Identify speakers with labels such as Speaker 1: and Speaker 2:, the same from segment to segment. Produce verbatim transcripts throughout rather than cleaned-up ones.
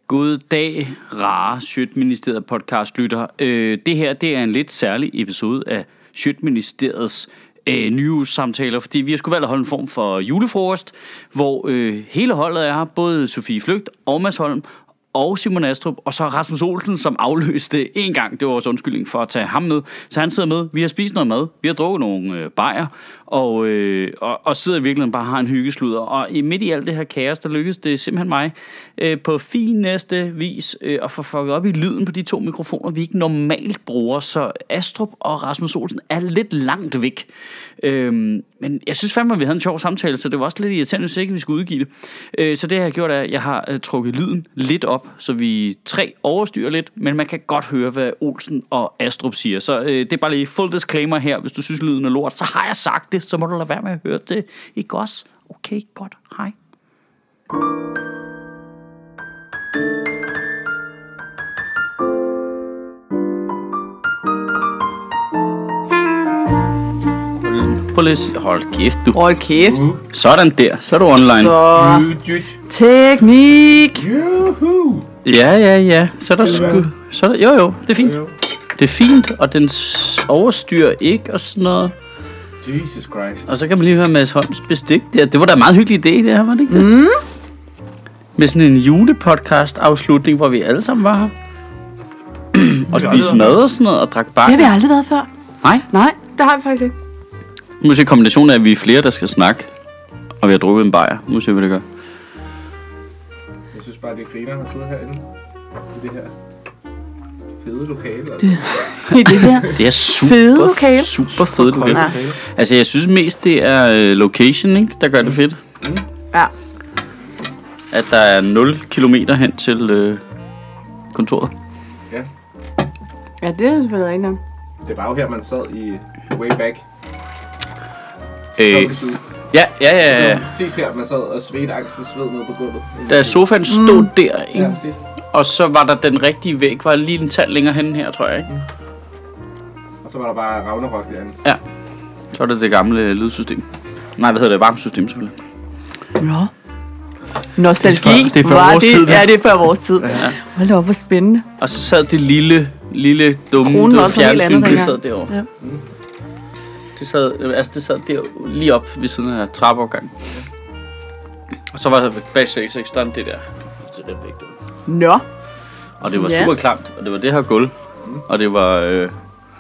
Speaker 1: God dag, rare Sjøtministeriet podcast lytter. Øh, det her det er en lidt særlig episode af Sjøtministeriets øh, nyhedssamtaler, fordi vi har sgu valgt at holde en form for julefrokost, hvor øh, hele holdet er her, både Sofie Flygt og Mads Holm og Simon Astrup, og så Rasmus Olsen, som afløste en gang. Det var vores undskyldning for at tage ham med. Så han sidder med. Vi har spist noget mad. Vi har drukket nogle øh, bajer, og, øh, og, og sidder i virkeligheden bare og har en hyggesluder. Og i midt i alt det her kaos, der lykkedes det simpelthen mig øh, på fineste vis øh, at få fucket op i lyden på de to mikrofoner, vi ikke normalt bruger. Så Astrup og Rasmus Olsen er lidt langt væk. Øh, men jeg synes fandme, at vi havde en sjov samtale, så det var også lidt irriterende, hvis ikke vi skulle udgive det. Øh, så det, jeg har gjort, er, at jeg har øh, trukket lyden lidt op, så vi tre overstyrer lidt, men man kan godt høre, hvad Olsen og Astrup siger. Så øh, det er bare lige full disclaimer her. Hvis du synes, lyden er lort, så har jeg sagt det, så må du lade være med at høre det. Ikke også? Okay, godt. Hej. Prøv lige. Hold kæft, du.
Speaker 2: Hold kæft.
Speaker 1: Sådan der. Så er du online.
Speaker 2: Så. Teknik.
Speaker 3: Juhu.
Speaker 1: Ja, ja, ja. Så er der sgu... Så er der... Jo, jo. Det er fint. Det er fint, og den overstyrer ikke og sådan noget.
Speaker 3: Jesus Christ.
Speaker 1: Og så kan man lige høre Mads Holms bestik der. Det var da en meget hyggelig idé, det her, var det ikke det?
Speaker 2: Mm.
Speaker 1: Med sådan en julepodcast-afslutning, hvor vi alle sammen var her. Og spiste mad og sådan noget, og drak bajer.
Speaker 2: Det har vi aldrig været før.
Speaker 1: Nej.
Speaker 2: Nej, det har vi faktisk ikke.
Speaker 1: Nu ser kombinationen af, at vi er flere, der skal snakke, og vi har drukket en bajer. Nu ser vi, hvad det gør.
Speaker 3: Jeg synes bare, det er grinerne at sidde herinde. I det her fede lokale. Altså.
Speaker 2: Det, i det her.
Speaker 1: Det er super
Speaker 2: Fede lokale.
Speaker 1: Super fede lokale.
Speaker 2: Ja.
Speaker 1: Altså, jeg synes mest, det er location, ikke, der gør det fedt.
Speaker 3: Mm.
Speaker 2: Ja.
Speaker 1: At der er nul kilometer hen til øh, kontoret.
Speaker 3: Ja.
Speaker 2: Ja, det er selvfølgelig rigtigt.
Speaker 3: Det var jo her, man sad i way back.
Speaker 1: Øh, ja, ja, ja, ja.
Speaker 3: Præcis her, man sad og svedte angsten sved ned på gulvet.
Speaker 1: Da sofaen stod mm. der, ikke?
Speaker 3: Ja, præcis.
Speaker 1: Og så var der den rigtige væg, var lige en tand længere henne her, tror jeg, ikke?
Speaker 3: Og så var der bare Ragnarok derinde.
Speaker 1: Ja. Så var det det gamle lydsystem. Nej, hvad hedder det? Varmesystem, selvfølgelig.
Speaker 2: Ja. Nostalgi.
Speaker 1: Det er før, det er før
Speaker 2: var
Speaker 1: vores
Speaker 2: det?
Speaker 1: tid,
Speaker 2: Ja, det er før vores tid.
Speaker 1: Ja.
Speaker 2: Hold da op, hvor spændende.
Speaker 1: Og så sad det lille, lille, dumme
Speaker 2: Kronen var også noget helt
Speaker 1: fjernsyn,
Speaker 2: andet
Speaker 1: det sad
Speaker 2: dengang.
Speaker 1: derovre.
Speaker 2: Ja.
Speaker 1: Mm. Det sad, altså det sad der lige op ved siden af trappeopgangen. Og så var der backstage, så der det der. Så den væk der.
Speaker 2: Nå.
Speaker 1: Og det var
Speaker 2: Ja.
Speaker 1: super klamt, og det var det her gulv. Mm. Og det var øh,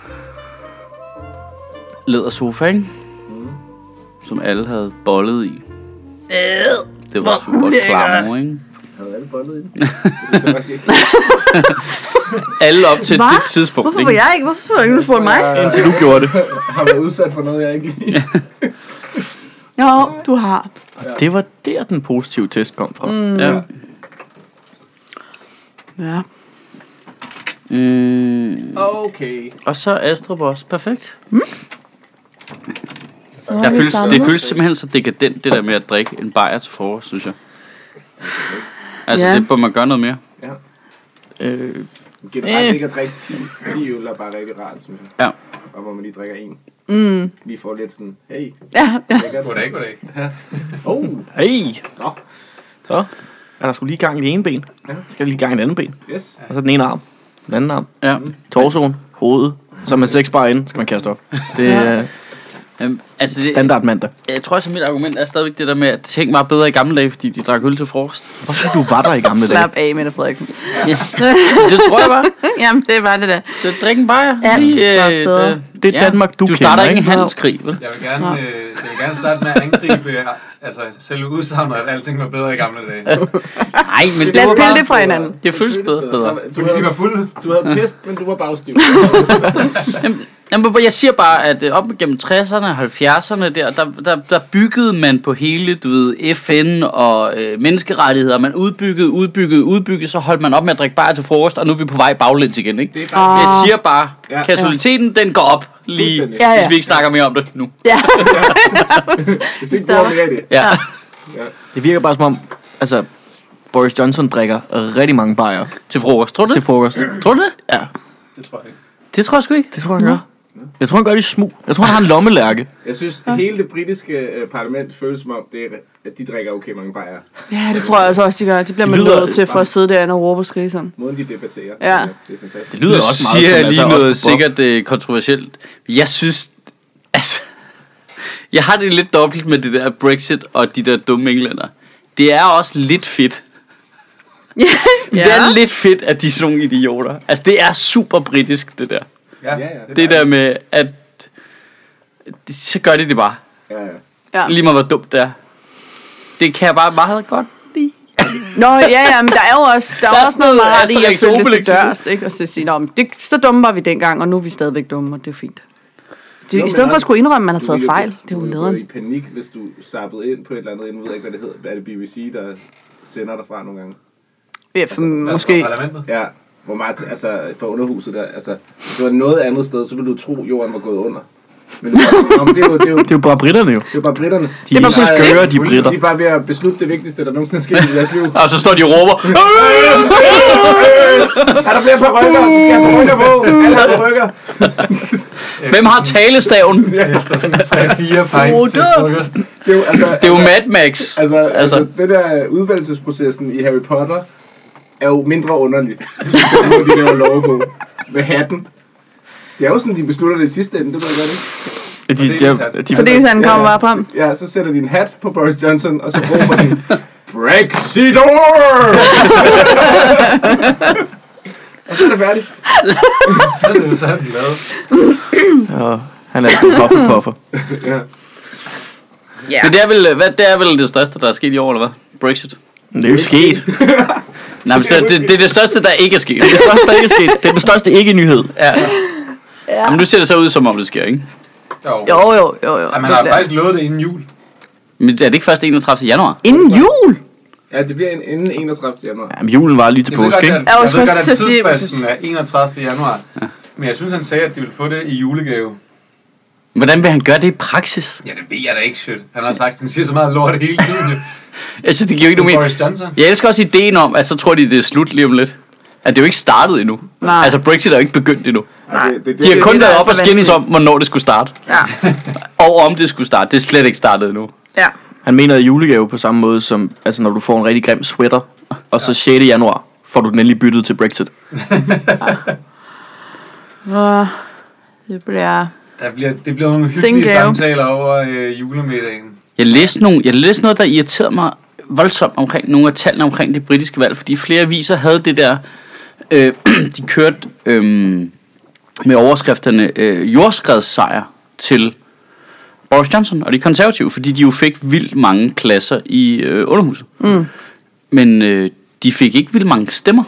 Speaker 1: lædersofa, ikke? Mm. Som alle havde bollet i.
Speaker 2: Øh,
Speaker 1: Det var super klamt, ikke?
Speaker 3: Havde alle bollet i det? Det er faktisk ikke.
Speaker 1: Alle op til
Speaker 2: Hva?
Speaker 1: det tidspunkt.
Speaker 2: Hvorfor
Speaker 1: ikke?
Speaker 2: var jeg ikke? Hvorfor var jeg ikke spurgt mig?
Speaker 1: Indtil du gjorde det.
Speaker 3: Har været udsat for noget, jeg ikke lide.
Speaker 2: Jo, du har.
Speaker 1: Det var der, den positive test kom fra.
Speaker 2: Mm.
Speaker 1: Ja.
Speaker 2: Ja.
Speaker 1: Mm.
Speaker 3: Okay.
Speaker 1: Og så er Astrup også perfekt.
Speaker 2: Så
Speaker 1: Der føles, det føles simpelthen så dekadent, det der med at drikke en bajer til frokost, synes jeg. Altså,
Speaker 2: Ja.
Speaker 1: det bør man gøre noget mere.
Speaker 3: Ja.
Speaker 1: Øh,
Speaker 3: Generelt ikke at drikke ti, ti øl er bare rigtig rart, synes jeg.
Speaker 1: ja.
Speaker 3: Og hvor man lige drikker en.
Speaker 2: Mm.
Speaker 3: Lige får lidt sådan, hey,
Speaker 2: Ja, ja.
Speaker 3: goddag, goddag. Ja. Oh.
Speaker 4: Hey!
Speaker 3: Nå.
Speaker 4: Så er der sgu lige gang i det ene ben.
Speaker 3: Ja.
Speaker 4: Skal lige gang i det andet ben.
Speaker 3: Yes.
Speaker 4: Og så den ene arm. Den anden arm.
Speaker 1: Ja.
Speaker 4: Torsoen. Hovedet. Så med seks bar inde, skal man kaste op. Det er
Speaker 2: Ja.
Speaker 1: Um, altså, det,
Speaker 4: standard mandag.
Speaker 1: jeg tror også, at mit argument er stadigvæk det der med, at ting var bedre i gamle dage, fordi de drak øl til frokost.
Speaker 4: Hvorfor du var der i gamle dage?
Speaker 2: Slap af, Mette Frederiksen.
Speaker 1: Ja. Det tror jeg bare.
Speaker 2: Jamen, det var det da.
Speaker 1: Så drik en bajer.
Speaker 2: Alt
Speaker 1: Lige,
Speaker 2: var
Speaker 1: øh,
Speaker 2: bedre.
Speaker 1: da-
Speaker 4: Det er Danmark, du
Speaker 1: Du starter
Speaker 4: kender,
Speaker 1: ikke en
Speaker 4: ikke?
Speaker 1: handelskrig, vel?
Speaker 5: Jeg vil gerne, øh, jeg vil gerne starte med at angribe øh, altså selve udsagnet, at alting var bedre i gamle dage.
Speaker 1: Nej, men det
Speaker 2: Lad os
Speaker 1: var
Speaker 2: pille
Speaker 1: bare...
Speaker 2: det fra hinanden.
Speaker 1: Det føles bedre. bedre.
Speaker 3: Du
Speaker 5: Fordi de
Speaker 3: havde,
Speaker 5: var fulde.
Speaker 3: du havde pest, men du var bagstiv.
Speaker 1: Jamen, jamen, jeg siger bare, at øh, op gennem tresserne og halvfjerdserne der, der, der, der byggede man på hele, du ved, F N og øh, menneskerettigheder. Man udbyggede, udbyggede, udbyggede, så holdt man op med at drikke bajer til frokost, og nu er vi på vej baglæns igen, ikke?
Speaker 3: Det er bare...
Speaker 1: Jeg siger bare,
Speaker 3: Ja.
Speaker 1: kasualiteten, den går op lige,
Speaker 3: Fuldstændig.
Speaker 2: Ja, ja.
Speaker 1: hvis vi ikke snakker mere om det nu.
Speaker 2: Ja.
Speaker 3: Hvis vi ikke bruger mere af det.
Speaker 1: Ja.
Speaker 3: Ja.
Speaker 4: Det virker bare som om, altså, Boris Johnson drikker rigtig mange bajer
Speaker 1: Til frokost, tror du
Speaker 4: til
Speaker 1: det?
Speaker 4: frokost.
Speaker 1: Tror du det?
Speaker 4: Ja,
Speaker 5: Det tror jeg ikke.
Speaker 1: Det tror jeg sgu ikke.
Speaker 4: det tror jeg, han gør. Jeg tror, han gør det i smug. Jeg tror, han har en lommelærke.
Speaker 3: Jeg synes, ja. hele det britiske øh, parlament føles som om, det er, at de drikker okay mange bajer.
Speaker 2: Ja, det tror jeg altså også, de gør. De bliver man nødt til for at sidde derinde og råbe og skrige sådan.
Speaker 3: Måden de debatterer.
Speaker 2: Ja.
Speaker 3: Det er fantastisk.
Speaker 1: Det lyder også meget siger jeg lige noget sikkert uh, kontroversielt. Jeg synes, altså, jeg har det lidt dobbelt med det der Brexit og de der dumme englænder. Det er også lidt fedt.
Speaker 2: Ja.
Speaker 1: Det er lidt fedt, at de er sådan nogle idioter. Altså, det er super britisk, det der.
Speaker 5: Ja,
Speaker 3: Ja, ja.
Speaker 5: det,
Speaker 1: Det der med, at så gør de det bare.
Speaker 3: Ja, ja.
Speaker 2: Ja.
Speaker 1: Lige meget hvor dumt det er. Det kan jeg bare meget godt lide.
Speaker 2: Nå, ja, ja, men der er jo også, der er
Speaker 1: Der er
Speaker 2: også noget
Speaker 1: sådan
Speaker 2: meget
Speaker 1: noget
Speaker 2: ret i at
Speaker 1: Asterix
Speaker 2: følge det
Speaker 1: Obelix
Speaker 2: til
Speaker 1: i det.
Speaker 2: dørs, ikke? Og så sige, nå, men det, så dumme var vi dengang, og nu er vi stadigvæk dumme, og det er fint. Det,
Speaker 3: Nå,
Speaker 2: I stedet
Speaker 3: men
Speaker 2: for at skulle indrømme, at man har
Speaker 3: Du
Speaker 2: taget
Speaker 3: ville jo
Speaker 2: fejl,
Speaker 3: gå-
Speaker 2: det er jo
Speaker 3: du ville
Speaker 2: nederen.
Speaker 3: gå i panik, hvis du zappede ind på et eller andet, jeg ved ikke, hvad det hedder. Er det B B C, der sender dig fra nogle gange?
Speaker 2: Ja, for måske.
Speaker 5: Parlamentet.
Speaker 3: Ja, hvor meget, altså på underhuset der, altså, hvis det var noget andet sted, så ville du tro, jorden var gået under. Men det, var, nå, men det, er jo, det, er jo,
Speaker 4: Det er jo bare britterne jo.
Speaker 3: det er jo bare britterne.
Speaker 4: De
Speaker 2: er bare
Speaker 4: er
Speaker 2: politik.
Speaker 4: skøre, de britter.
Speaker 3: De er bare ved at beslutte det vigtigste, der nogensinde er sket i deres liv.
Speaker 1: Og så står de og råber.
Speaker 3: Er der flere parykker? Så skal jeg have parykker på. Alle har parykker.
Speaker 1: Hvem har talestaven?
Speaker 5: Efter sådan tre fire pints til frokost.
Speaker 3: Det er jo, altså,
Speaker 1: Det er jo Mad Max.
Speaker 3: Altså, altså,
Speaker 1: Altså.
Speaker 3: det der udvalgelsesprocessen i Harry Potter er jo mindre underlig. Den måde, de laver lov på. Med hatten. Det er jo sådan, de beslutter det i sidste ende, det ved jeg godt, ikke?
Speaker 4: De, de, de, de,
Speaker 2: Fordi han kommer bare frem.
Speaker 3: Ja, så sætter de en hat på Boris Johnson, og så råber de, Brexitor! Og så er det færdigt.
Speaker 5: Så er det jo sådan lavet.
Speaker 4: ja, han er en puffer-puffer.
Speaker 3: Ja.
Speaker 2: Ja.
Speaker 1: Men det er, vel, hvad, det er vel det største, der er sket i år, eller hvad? Brexit.
Speaker 4: Men det er jo sket.
Speaker 1: Nej, men det, det, det er det største, der ikke er sket.
Speaker 4: Det er det største, der ikke er sket. Det er den største ikke-nyhed.
Speaker 1: Ja.
Speaker 2: Ja.
Speaker 1: Men nu ser det så ud, som om det sker, ikke?
Speaker 5: Jo.
Speaker 2: Jo, jo, jo, jo.
Speaker 5: Ja, man har faktisk lovet det inden jul.
Speaker 1: Men er det ikke først enogtredivte januar?
Speaker 2: Inden jul?
Speaker 3: Ja, det bliver en, inden enogtredivte januar.
Speaker 4: Jamen, julen var lige til
Speaker 5: Jeg ved
Speaker 4: påske,
Speaker 5: godt,
Speaker 4: ikke?
Speaker 5: at,
Speaker 2: Jeg var
Speaker 5: jeg
Speaker 2: sgu
Speaker 5: ved
Speaker 2: også
Speaker 5: godt,
Speaker 2: til
Speaker 5: at
Speaker 2: at sige-
Speaker 5: tidsfristen er enogtredivte januar. Men jeg synes, han sagde, at de ville få det i julegave.
Speaker 1: Hvordan vil han gøre det i praksis?
Speaker 5: Ja, det ved jeg da ikke, shit. Han har sagt, at han siger så meget lort hele tiden.
Speaker 1: Altså, det giver jo ikke nogen mening.
Speaker 5: Boris Johnson.
Speaker 1: Jeg elsker også ideen om, at så tror de, det er slut lige om lidt. At det er jo ikke startet endnu.
Speaker 2: Nej.
Speaker 1: Altså, Brexit er jo ikke begyndt endnu.
Speaker 3: Nej. Det, det,
Speaker 1: De har
Speaker 3: det,
Speaker 1: kun
Speaker 2: det, der
Speaker 1: været
Speaker 2: er
Speaker 1: op og
Speaker 2: så
Speaker 1: skændes om,
Speaker 2: vanskeligt.
Speaker 1: hvornår det skulle starte.
Speaker 2: Ja.
Speaker 1: Og om det skulle starte. Det er slet ikke startet endnu.
Speaker 2: Ja.
Speaker 4: Han mener at julegave på samme måde som, altså når du får en rigtig grim sweater, og så sjette januar får du den endelig byttet til Brexit.
Speaker 2: Og det bliver...
Speaker 5: Der bliver, det bliver nogle hyggelige
Speaker 2: Sengave.
Speaker 5: samtaler over øh, julemiddagen.
Speaker 1: Jeg læste, nogle, jeg læste noget, der irriterede mig voldsomt omkring nogle af tallene omkring det britiske valg, fordi flere aviser havde det der, øh, de kørte øh, med overskrifterne øh, jordskredssejr til Boris Johnson og de konservative, fordi de jo fik vildt mange pladser i øh, underhuset.
Speaker 2: Mm.
Speaker 1: Men øh, de fik ikke vildt mange stemmer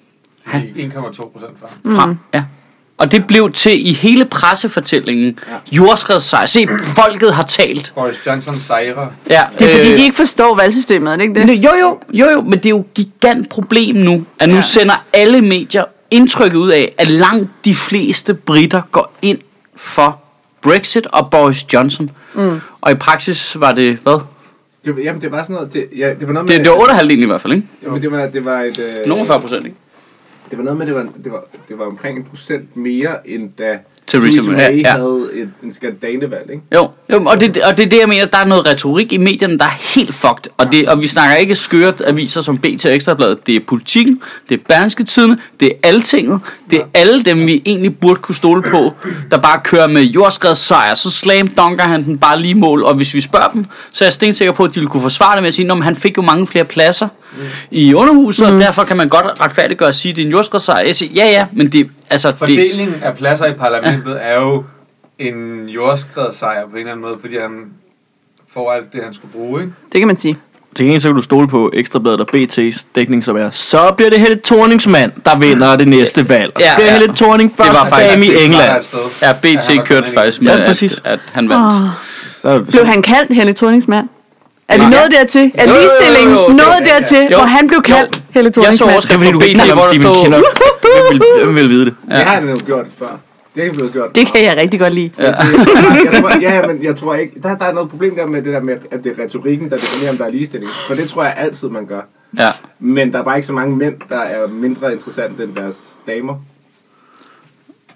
Speaker 5: en komma to procent fra.
Speaker 1: fra. Mm. Ja. Og det blev til i hele pressefortællingen jordskredssejr. Se, folket har talt.
Speaker 5: Boris Johnson sejrer.
Speaker 1: Ja,
Speaker 2: Det er fordi,
Speaker 1: øh,
Speaker 2: de ikke forstår valgsystemet, er det ikke det?
Speaker 1: Jo, jo, jo, jo, men det er jo et gigant problem nu, at nu
Speaker 2: Ja.
Speaker 1: sender alle medier indtrykket ud af, at langt de fleste britter går ind for Brexit og Boris Johnson. Mm. Og i praksis var det, hvad?
Speaker 3: det, jamen, det var sådan noget... Det, ja, det var noget med...
Speaker 1: Det, det var otte halvdelen i hvert fald, ikke?
Speaker 3: Jamen, det var, det var et... Øh,
Speaker 1: Nogle fyrre procent, ikke?
Speaker 3: Det var noget med, det var, det var, det var omkring en procent mere, end da
Speaker 1: Theresa
Speaker 3: Theresa
Speaker 1: May,
Speaker 3: May
Speaker 1: ja.
Speaker 3: havde et, en skandalevalg, ikke?
Speaker 1: Jo, jo og, det, og det er det, jeg mener, der er noget retorik i medierne, der er helt fucked. Og, det, og vi snakker ikke skørt aviser som B T og Ekstrabladet. Det er Politikken, det er Berlingske Tidende, det er Altinget, det er alle dem, vi egentlig burde kunne stole på, der bare kører med jordskredssejr, så slam dunker han den bare lige mål. Og hvis vi spørger dem, så er jeg stensikker på, at de vil kunne forsvare det med at sige, at han fik jo mange flere pladser mm. i underhuset, mm. og derfor kan man godt retfærdiggøre at sige, at det er en jordskredssejr. Jeg siger, ja, ja, men det, altså... Det,
Speaker 5: Fordelingen af pladser i parlamentet ja. er jo en jordskredssejr på en eller anden måde, fordi han får alt det, han skulle bruge, ikke?
Speaker 2: Det kan man sige.
Speaker 4: Til gengæld så kan du stole på Ekstrabladet og B T's dækning, som er, så bliver det Helle Thorningsmand, der vinder det næste valg. Og så
Speaker 1: Ja,
Speaker 4: bliver
Speaker 1: ja.
Speaker 4: Helle Thorning
Speaker 1: var
Speaker 4: første
Speaker 1: faktisk-
Speaker 4: dame i
Speaker 5: Det var
Speaker 4: England.
Speaker 5: et sted.
Speaker 1: ja, B
Speaker 5: Ja, han
Speaker 1: T
Speaker 5: var
Speaker 1: kørte
Speaker 5: den
Speaker 1: faktisk
Speaker 4: Ja,
Speaker 1: med,
Speaker 4: præcis.
Speaker 1: at, at han vandt.
Speaker 2: Oh.
Speaker 4: Så,
Speaker 2: Blev han kaldt Helle Thorningsmand? Er vi
Speaker 1: Ja.
Speaker 2: nået dertil? Er
Speaker 1: Jo, jo, jo,
Speaker 2: ligestillingen
Speaker 1: jo, jo.
Speaker 2: nået
Speaker 5: Ja, ja.
Speaker 2: dertil,
Speaker 1: Jo.
Speaker 2: hvor han blev kaldt Helle
Speaker 1: Jeg så
Speaker 2: Thorningsmand?
Speaker 4: det er
Speaker 1: overskriften
Speaker 4: fordi,
Speaker 1: på
Speaker 4: du ikke
Speaker 1: B T,
Speaker 4: kender
Speaker 1: hvor der
Speaker 4: Stephen
Speaker 1: stod...
Speaker 4: Kinnock. Hvem vil, hvem vil vide det?
Speaker 3: Ja. Det har han jo gjort før. Det er ikke blevet gjort
Speaker 2: Det
Speaker 3: før.
Speaker 2: kan jeg rigtig godt lide.
Speaker 1: Ja.
Speaker 3: Jeg tror, ja, men jeg tror ikke... Der, der er noget problem der med det der med, at det er retorikken, der definerer, om der er ligestilling. For det tror jeg altid, man gør.
Speaker 1: Ja.
Speaker 3: Men der er bare ikke så mange mænd, der er mindre interessante end deres damer.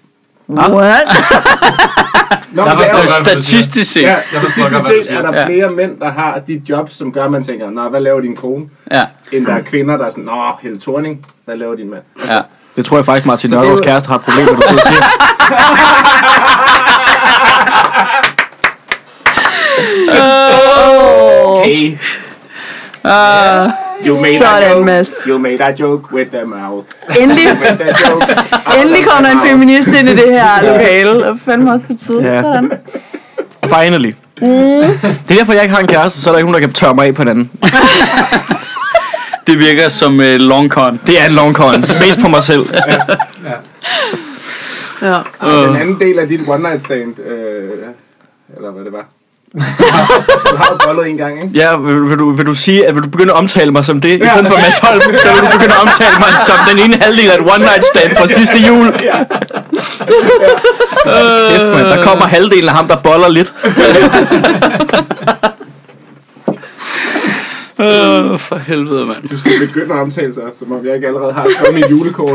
Speaker 2: What?
Speaker 3: Nå,
Speaker 5: Der
Speaker 3: men det er
Speaker 5: forstår
Speaker 3: jo-
Speaker 5: jeg.
Speaker 1: Statistisk set.
Speaker 3: Ja,
Speaker 5: Jeg forstår
Speaker 3: statistisk
Speaker 5: godt, hvad du
Speaker 3: set er
Speaker 5: siger.
Speaker 3: der
Speaker 1: Ja.
Speaker 3: flere mænd, der har de jobs, som gør, at man tænker, nå, hvad laver din kone?
Speaker 1: Ja,
Speaker 3: End der er kvinder, der er sådan, nå, Helle Thorning, hvad laver din mand?
Speaker 1: ja.
Speaker 4: Det tror jeg faktisk, Martin
Speaker 3: Så det er
Speaker 4: Nørgaards
Speaker 3: jo-
Speaker 4: kæreste har et problem med, du sidder og siger.
Speaker 3: Okay.
Speaker 1: Uh,
Speaker 3: You made
Speaker 2: Sådan,
Speaker 3: a joke.
Speaker 2: Mads.
Speaker 3: You made a joke with the mouth.
Speaker 2: Endelig,
Speaker 3: You made a joke.
Speaker 2: endelig kommer der en feminist ind i det her lokale. Det er fandme også på tide.
Speaker 4: Ja.
Speaker 2: Sådan.
Speaker 4: Finally. Mm. Det er derfor, jeg ikke har en kæreste, så er der ikke nogen, der kan tørre mig af på den anden.
Speaker 1: det virker som uh, long con.
Speaker 4: Det er en long con. Mest på mig selv.
Speaker 2: Ja.
Speaker 3: Og den anden del af dit one night stand, øh, eller hvad det var. Du har jo bollet en gang, ikke?
Speaker 4: Ja, vil, vil, du, vil du sige, at vil du begynde at omtale mig som det, i
Speaker 3: Ja.
Speaker 4: stedet for Mads Holm, så vil du begynde at omtale mig som den ene halvdel af et one night stand fra sidste jul.
Speaker 3: Ja.
Speaker 4: Kæft, man. Der kommer halvdelen af ham, der boller lidt.
Speaker 1: Uh, for helvede, mand.
Speaker 3: Du skal begynde at omtale sig, som om jeg ikke allerede har skrevet mit julekort.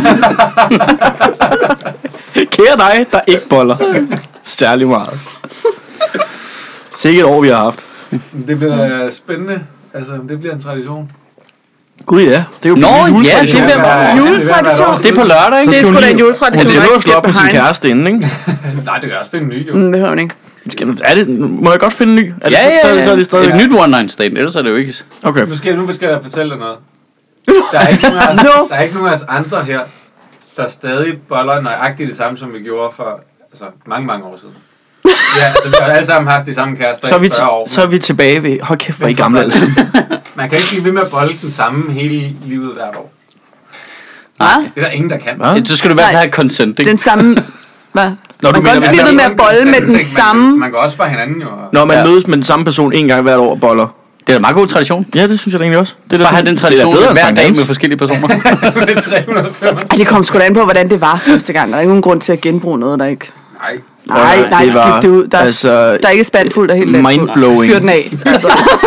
Speaker 4: Kære dig, der ikke boller. Særlig meget. Sikkert et år, vi har haft.
Speaker 5: Det bliver spændende. Altså, det bliver en tradition.
Speaker 4: Gud ja, det er jo
Speaker 1: Nå,
Speaker 4: en
Speaker 1: ja,
Speaker 4: juletradition.
Speaker 1: det bliver
Speaker 5: Ja,
Speaker 2: Juletradition.
Speaker 1: Det er på lørdag, ikke?
Speaker 2: Det er
Speaker 4: skal
Speaker 2: sgu
Speaker 4: hun
Speaker 2: da en
Speaker 4: lige-
Speaker 2: juletradition.
Speaker 4: Men det er
Speaker 2: man
Speaker 4: jo
Speaker 2: ikke
Speaker 4: at slå op
Speaker 2: kan
Speaker 4: på sin
Speaker 2: behegne.
Speaker 4: kæreste inden, ikke?
Speaker 5: Nej, det kan også finde en ny, jo.
Speaker 2: Mm, det hører man ikke.
Speaker 4: Skal- Er det, må jeg godt finde en ny? Er det,
Speaker 1: Ja, ja,
Speaker 4: så, så,
Speaker 1: ja.
Speaker 4: så er det
Speaker 1: Det
Speaker 4: stadig...
Speaker 1: er et nyt one night stand, ellers er det jo ikke.
Speaker 4: Okay.
Speaker 5: Nu skal, nu skal jeg fortælle dig noget. Der er ikke nogen af os,
Speaker 2: No.
Speaker 5: der er ikke nogen af os andre her, der stadig boller nøjagtigt det samme, som vi gjorde for altså, mange, mange år siden. Ja, altså vi har alle sammen haft de samme kærester
Speaker 4: Så er, vi
Speaker 5: i fyrre år.
Speaker 4: så er vi tilbage ved... Hold kæft, hvor er I
Speaker 5: Men for
Speaker 4: gamle alle sammen.
Speaker 5: Man kan ikke blive ved med at bolle den samme hele livet hvert år.
Speaker 2: Hvad?
Speaker 5: Det er der ingen, der kan.
Speaker 4: Hva?
Speaker 1: Så skal du i hvert fald
Speaker 2: Nej.
Speaker 1: have consent, ikke?
Speaker 2: Den samme... Hvad?
Speaker 4: Nå, du
Speaker 2: Man kan
Speaker 4: mener,
Speaker 2: godt blive
Speaker 4: man-
Speaker 2: ved med at bolle med den
Speaker 5: Man-
Speaker 2: samme...
Speaker 5: Man går også fra hinanden jo. og-
Speaker 4: Når man
Speaker 1: Ja.
Speaker 4: mødes med den samme person en gang hvert år og boller.
Speaker 1: Det er en meget god tradition.
Speaker 4: Ja, det synes jeg da egentlig også. Det er da
Speaker 1: Bare have
Speaker 4: sådan-
Speaker 1: den
Speaker 4: det er da
Speaker 1: tradition
Speaker 4: bedre end
Speaker 1: hver
Speaker 4: Sankt
Speaker 1: dag
Speaker 4: Hans.
Speaker 1: med forskellige personer.
Speaker 5: Med tre hundrede og fem.
Speaker 2: Ej, det kom sgu da an på, hvordan det var første gang. Der er ikke nogen grund til at genbruge noget, der ikke...
Speaker 5: Nej.
Speaker 2: Nej,
Speaker 4: Ja,
Speaker 2: nej,
Speaker 4: det var-
Speaker 2: skift det ud. Der,
Speaker 4: altså,
Speaker 2: der er ikke spandfuldt og helt let.
Speaker 4: mindblowing.
Speaker 2: Fyr den af. Altså.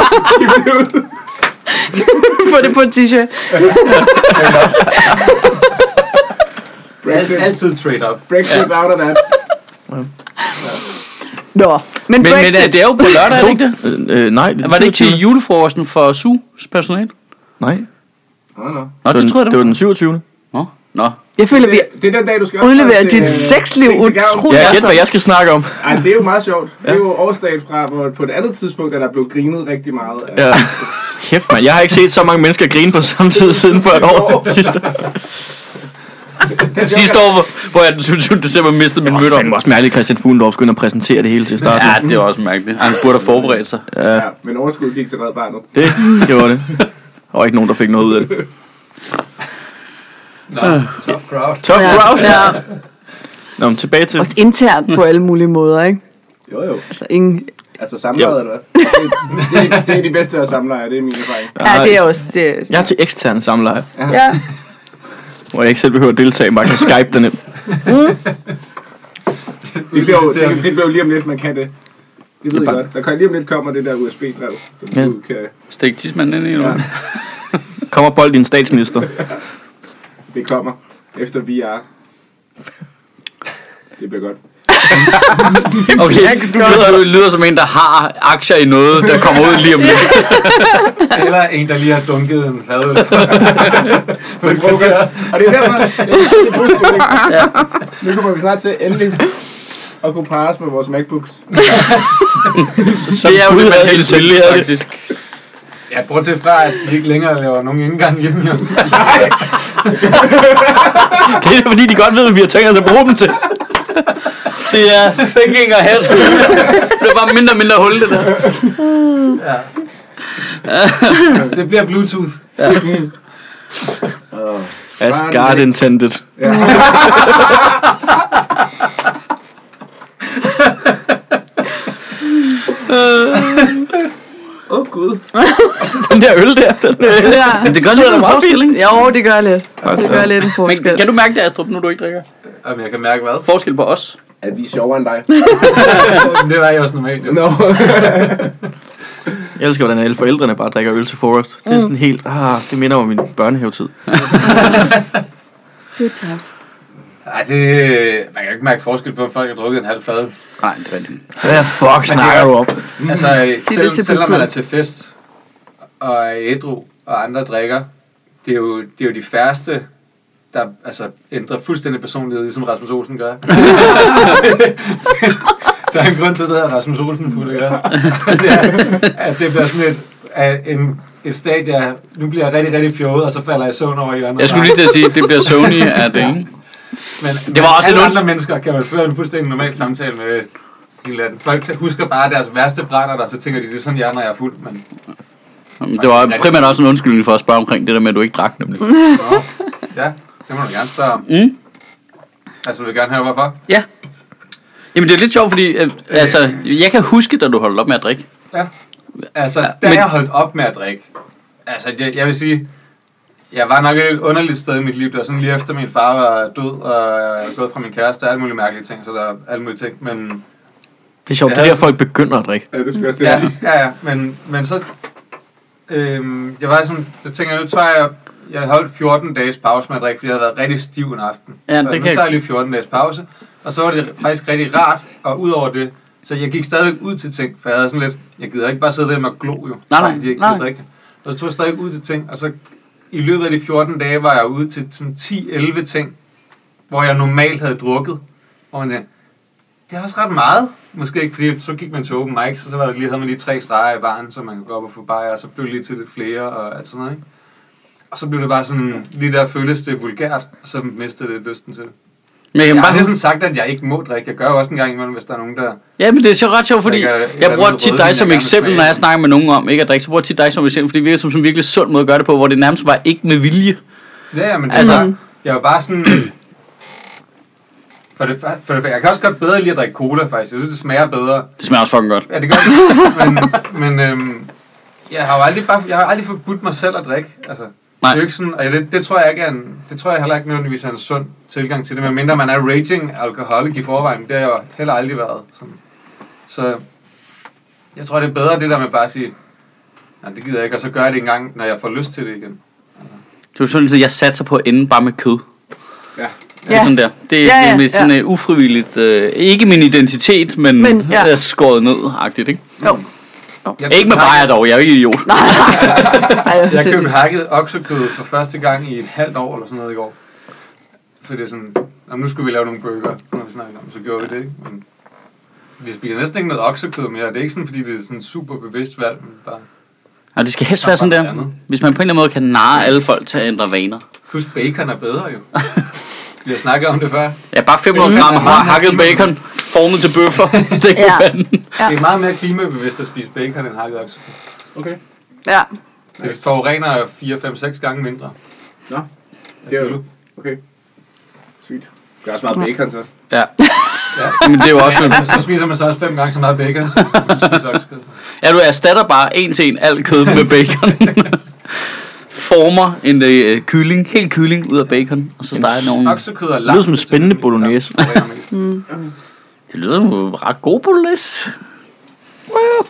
Speaker 2: Få det på en t-shirt.
Speaker 3: Brexit,
Speaker 5: Altid trade up.
Speaker 3: Brexit out of that.
Speaker 2: Nå, men,
Speaker 1: Men, men
Speaker 2: Brexit...
Speaker 1: er det er jo på lørdag, er det ikke det?
Speaker 4: Øh, øh, nej, det, er
Speaker 1: Var det ikke til
Speaker 4: syvogtyvende.
Speaker 1: julefrokosten for S U-s personale?
Speaker 4: Nej,
Speaker 3: Nå, nå.
Speaker 1: Nå,
Speaker 4: det, var
Speaker 1: det
Speaker 4: den,
Speaker 1: tror jeg,
Speaker 4: det var den syvogtyvende.
Speaker 1: Nå, nå.
Speaker 2: Jeg føler, vi
Speaker 3: Det, det er den dag, du skal også
Speaker 2: udleverer
Speaker 3: til,
Speaker 2: dit
Speaker 3: øh,
Speaker 2: sexliv
Speaker 3: Ting til Gavn.
Speaker 2: utroligt.
Speaker 4: Ja, gæt hvad jeg skal snakke om.
Speaker 3: Ej, det er jo meget sjovt. Det er jo årsdagen fra, hvor på et andet tidspunkt, er der blev grinet rigtig meget. af-
Speaker 4: Ja. Kæft, man. Jeg har ikke set så mange mennesker grine på samme tid siden for et år. Sidste.
Speaker 3: Den
Speaker 1: Sidste år, hvor- hvor jeg den syvogtyvende december mistede min
Speaker 4: Det
Speaker 1: møde
Speaker 4: var
Speaker 1: om.
Speaker 4: fandme også mærkeligt, Christian Fuglendorf skulle ind og præsentere det hele til start.
Speaker 1: Ja, det er også mærkeligt. Han burde have forberedt sig.
Speaker 3: Ja, men overskud gik til Red Barnet.
Speaker 4: Det gjorde det. Der var ikke nogen, der fik noget ud af det.
Speaker 5: Nå, tough crowd.
Speaker 4: Tough
Speaker 2: Ja,
Speaker 4: crowd.
Speaker 2: ja.
Speaker 4: Nå, men tilbage til...
Speaker 2: Også internt på alle mulige måder, ikke?
Speaker 3: Jo, jo.
Speaker 2: Altså, ingen...
Speaker 3: Altså samlejet, eller hvad? Det, det, det er de bedste af samlejer, det er min erfaring.
Speaker 2: Ja, det er også... Det,
Speaker 4: Jeg er til eksterne samleje,
Speaker 2: ja.
Speaker 4: hvor jeg ikke selv behøver at deltage, bare kan Skype den ind.
Speaker 3: Det bliver jo det, det bliver jo lige om lidt, man kan det. Det ved jeg godt. Der kan lige om lidt kommer det der U S B-drev, som
Speaker 4: Ja.
Speaker 3: du kan...
Speaker 1: Stik tidsmanden ind i
Speaker 3: Ja,
Speaker 1: noget.
Speaker 4: Kommer bold din statsminister.
Speaker 3: det kommer efter V R. Det bliver godt.
Speaker 1: Okay, du lyder, du lyder som en, der har aktier i noget, der kommer ud lige om lidt.
Speaker 5: Eller en, der lige har dunket en fadøl. På en
Speaker 3: Frokost.
Speaker 5: kvarter.
Speaker 3: Og det er derfor, det er det er positivt, ikke? Ja. Nu kommer vi snart til endelig at kunne parre os med vores MacBooks.
Speaker 4: Så
Speaker 1: Det er jo det, man
Speaker 4: havde
Speaker 1: helst
Speaker 4: det,
Speaker 1: vil,
Speaker 4: det er det.
Speaker 1: faktisk.
Speaker 5: Ja, bortset fra, at de ikke længere laver nogen indgang hjemme. Jo.
Speaker 4: Det er fordi, de godt ved, hvad vi har tænkt os at bruge dem til.
Speaker 1: Det er thinking ahead. Det er bare mindre og mindre hul, det der.
Speaker 5: Det bliver Bluetooth.
Speaker 4: As God intended.
Speaker 3: Åh, oh, Gud.
Speaker 4: Den der øl der, den, øh,
Speaker 2: Ja.
Speaker 1: Men det gør lidt en forskel, ikke?
Speaker 2: Jo, det gør lidt. Det gør lidt en
Speaker 1: Men
Speaker 2: forskel.
Speaker 1: kan du mærke det, Astrup, nu du ikke drikker?
Speaker 5: Jamen, jeg kan mærke hvad.
Speaker 1: Forskel på os.
Speaker 3: At vi er sjovere end dig.
Speaker 5: Det var jeg også normalt. Jo.
Speaker 3: Nå.
Speaker 4: jeg elsker, hvordan alle forældrene bare drikker øl til frokost. Det er sådan helt, ah, det minder om min børnehavetid.
Speaker 2: Good times.
Speaker 5: Ej, det... Man kan ikke mærke forskel på, om folk har drukket en halv fad.
Speaker 1: Nej, det er rigtigt.
Speaker 4: Hvad fuck snakker du om?
Speaker 5: Altså,
Speaker 2: det
Speaker 5: selv,
Speaker 2: til
Speaker 5: selvom man
Speaker 2: politiet.
Speaker 5: er til fest, og er ædru, og andre drikker, det er jo, det er jo de færreste, der altså, ændrer fuldstændig personlighed, ligesom Rasmus Olsen gør. Der er en grund til, at det hedder Rasmus Olsen fuld, ikke også? Det er, at det bliver sådan et, at en, et stadie af, nu bliver jeg rigtig, rigtig fjollet, og så falder jeg i søvn over hjørnet.
Speaker 1: Jeg skulle lige til at sige, at det bliver Sony af det, ikke?
Speaker 5: Men,
Speaker 1: Det
Speaker 5: men
Speaker 1: var også
Speaker 5: alle
Speaker 1: en
Speaker 5: andre
Speaker 1: unds-
Speaker 5: mennesker kan jo føre en fuldstændig normal samtale med hele landet. Folk husker bare deres værste brænder, og så tænker de, det er sådan, jeg er, når jeg er fuld. Men...
Speaker 1: Det var primært også en undskyldning for at spørge omkring det der med, at du ikke drak, nemlig.
Speaker 5: Nå, ja, det må du gerne spørge om.
Speaker 1: Mm.
Speaker 5: Altså, du vil gerne høre, hvorfor?
Speaker 1: Ja. Jamen, det er lidt sjovt, fordi øh, altså, jeg kan huske, da du holdt op med at drikke.
Speaker 5: Ja. Altså,
Speaker 1: Ja,
Speaker 5: da
Speaker 1: men-
Speaker 5: jeg holdt op med at drikke, altså, jeg, jeg vil sige, jeg var nok et underligt sted i mit liv. Det var sådan lige efter min far var død, og jeg var gået fra min kæreste, og alle mulige mærkelige ting, så der er alle mulige ting, men...
Speaker 4: Det er sjovt, det er der folk begynder at drikke.
Speaker 3: Ja, det skal jeg også
Speaker 5: Ja,
Speaker 3: sige.
Speaker 5: ja, ja, men, men så... Øhm, jeg var sådan, jeg tænker, nu tager jeg... Jeg holdt fjorten dages pause med at drikke, fordi jeg havde været rigtig stiv en aften.
Speaker 1: Ja,
Speaker 5: så
Speaker 1: det
Speaker 5: nu
Speaker 1: kan-
Speaker 5: tager jeg lige fjorten dages pause, og så var det faktisk rigtig rart, og ud over det, så jeg gik stadigvæk ud til ting, for jeg havde sådan lidt, jeg gider ikke bare sidde der med at glo jo,
Speaker 1: Nej, nej,
Speaker 5: fordi jeg ikke
Speaker 1: nej.
Speaker 5: gider drikke. Og så tog jeg stadig ud til ting, og så i løbet af de fjorten dage var jeg ude til sådan ti elleve ting, hvor jeg normalt havde drukket, hvor man tænkte, det er også ret meget. Måske ikke, fordi så gik man til open mics, og så var der lige, havde man lige tre streger i baren, så man kunne gå op og få bajer, og så blev det lige til lidt flere og alt sådan noget, ikke? Og så blev det bare sådan, lige der føles det vulgært, og så mistede det lysten til det.
Speaker 1: Men jeg kan
Speaker 5: Jeg har
Speaker 1: bare
Speaker 5: næsten sagt, at jeg ikke må drikke. Jeg gør jo også en gang imellem, hvis der er nogen, der...
Speaker 1: Ja, men det er så ret sjovt, fordi
Speaker 5: Jeg kan-
Speaker 1: jeg,
Speaker 5: jeg
Speaker 1: bruger
Speaker 5: ved,
Speaker 1: tit
Speaker 5: rødvin,
Speaker 1: dig som
Speaker 5: jeg gerne vil
Speaker 1: eksempel,
Speaker 5: smage.
Speaker 1: når jeg snakker med nogen om ikke at drikke, så bruger jeg tit dig som eksempel, fordi det virker som en virkelig sund måde at gøre det på, hvor det nærmest var ikke med vilje.
Speaker 5: Ja, ja, men det
Speaker 1: Altså-
Speaker 5: altså, jeg var bare sådan... For det, for det, jeg kan også godt bedre lide at drikke cola, faktisk. Jeg synes, det smager bedre.
Speaker 1: Det smager også fucking godt.
Speaker 5: Ja, det gør det. Men, men øhm, jeg har jo aldrig, bare, jeg har aldrig forbudt mig selv at drikke. Altså,
Speaker 1: Nej.
Speaker 5: det er jo ikke sådan, og det, det tror jeg ikke er en, det tror jeg heller ikke nødvendigvis er en sund tilgang til det, medmindre man er raging alcoholic i forvejen. Det har jeg jo heller aldrig været. Sådan. Så jeg tror, det er bedre det der med bare at sige, nej, det gider jeg ikke, og så gør jeg det en gang, når jeg får lyst til det igen.
Speaker 1: Det er sådan, at jeg satser på at ende bare med kød.
Speaker 3: Ja.
Speaker 1: Det er sådan der. Det er,
Speaker 2: Ja, ja,
Speaker 1: det er sådan
Speaker 2: ja.
Speaker 1: uh, ufrivilligt. Uh, ikke min identitet, men,
Speaker 2: Men,
Speaker 1: men
Speaker 2: ja.
Speaker 1: ja. skåret ned-agtigt, ikke?
Speaker 2: Jo.
Speaker 5: Jeg
Speaker 1: Ikke med bajer dog, jeg er jo ikke idiot.
Speaker 2: Nej,
Speaker 5: Jeg
Speaker 2: det-
Speaker 5: købte hakket oksekød for første gang i et halvt år eller sådan noget i går. Fordi det er sådan, jamen, nu skulle vi lave nogle burger, når vi snakker om, så gjorde vi det, ikke? Men vi spiser næsten ikke noget oksekød mere. Det er ikke sådan, fordi det er sådan super bevidst valg, men bare...
Speaker 1: Og det skal helst være sådan der. Hvis man på en eller anden måde kan narre alle folk til at ændre vaner.
Speaker 5: Plus bacon er bedre jo. Vi har snakket om det før.
Speaker 1: Ja, bare fem hundrede gram har hakket bacon, formet til bøffer, stik på
Speaker 2: Ja.
Speaker 1: panden.
Speaker 2: Ja.
Speaker 5: Det er meget mere klimabevidst at spise bacon end hakket oksekød.
Speaker 3: Okay.
Speaker 2: Ja.
Speaker 5: Det forurener fire, fem, seks gange mindre.
Speaker 3: Nå, det er jo... Okay. Sygt. Gør også meget bacon, så.
Speaker 1: Ja,
Speaker 5: Ja.
Speaker 1: men det er jo også...
Speaker 5: Ja, så, så spiser man så også fem gange så meget bacon, som man spiser oksekød.
Speaker 1: Ja, du erstatter bare en til en alt kød med bacon. Former en øh, kylling, helt kylling ud af bacon, og så steger nogle...
Speaker 5: Oksekød er
Speaker 4: Det lyder som en spændende bolognese.
Speaker 2: Mm.
Speaker 1: Det lyder jo ret god bolognese. Wow.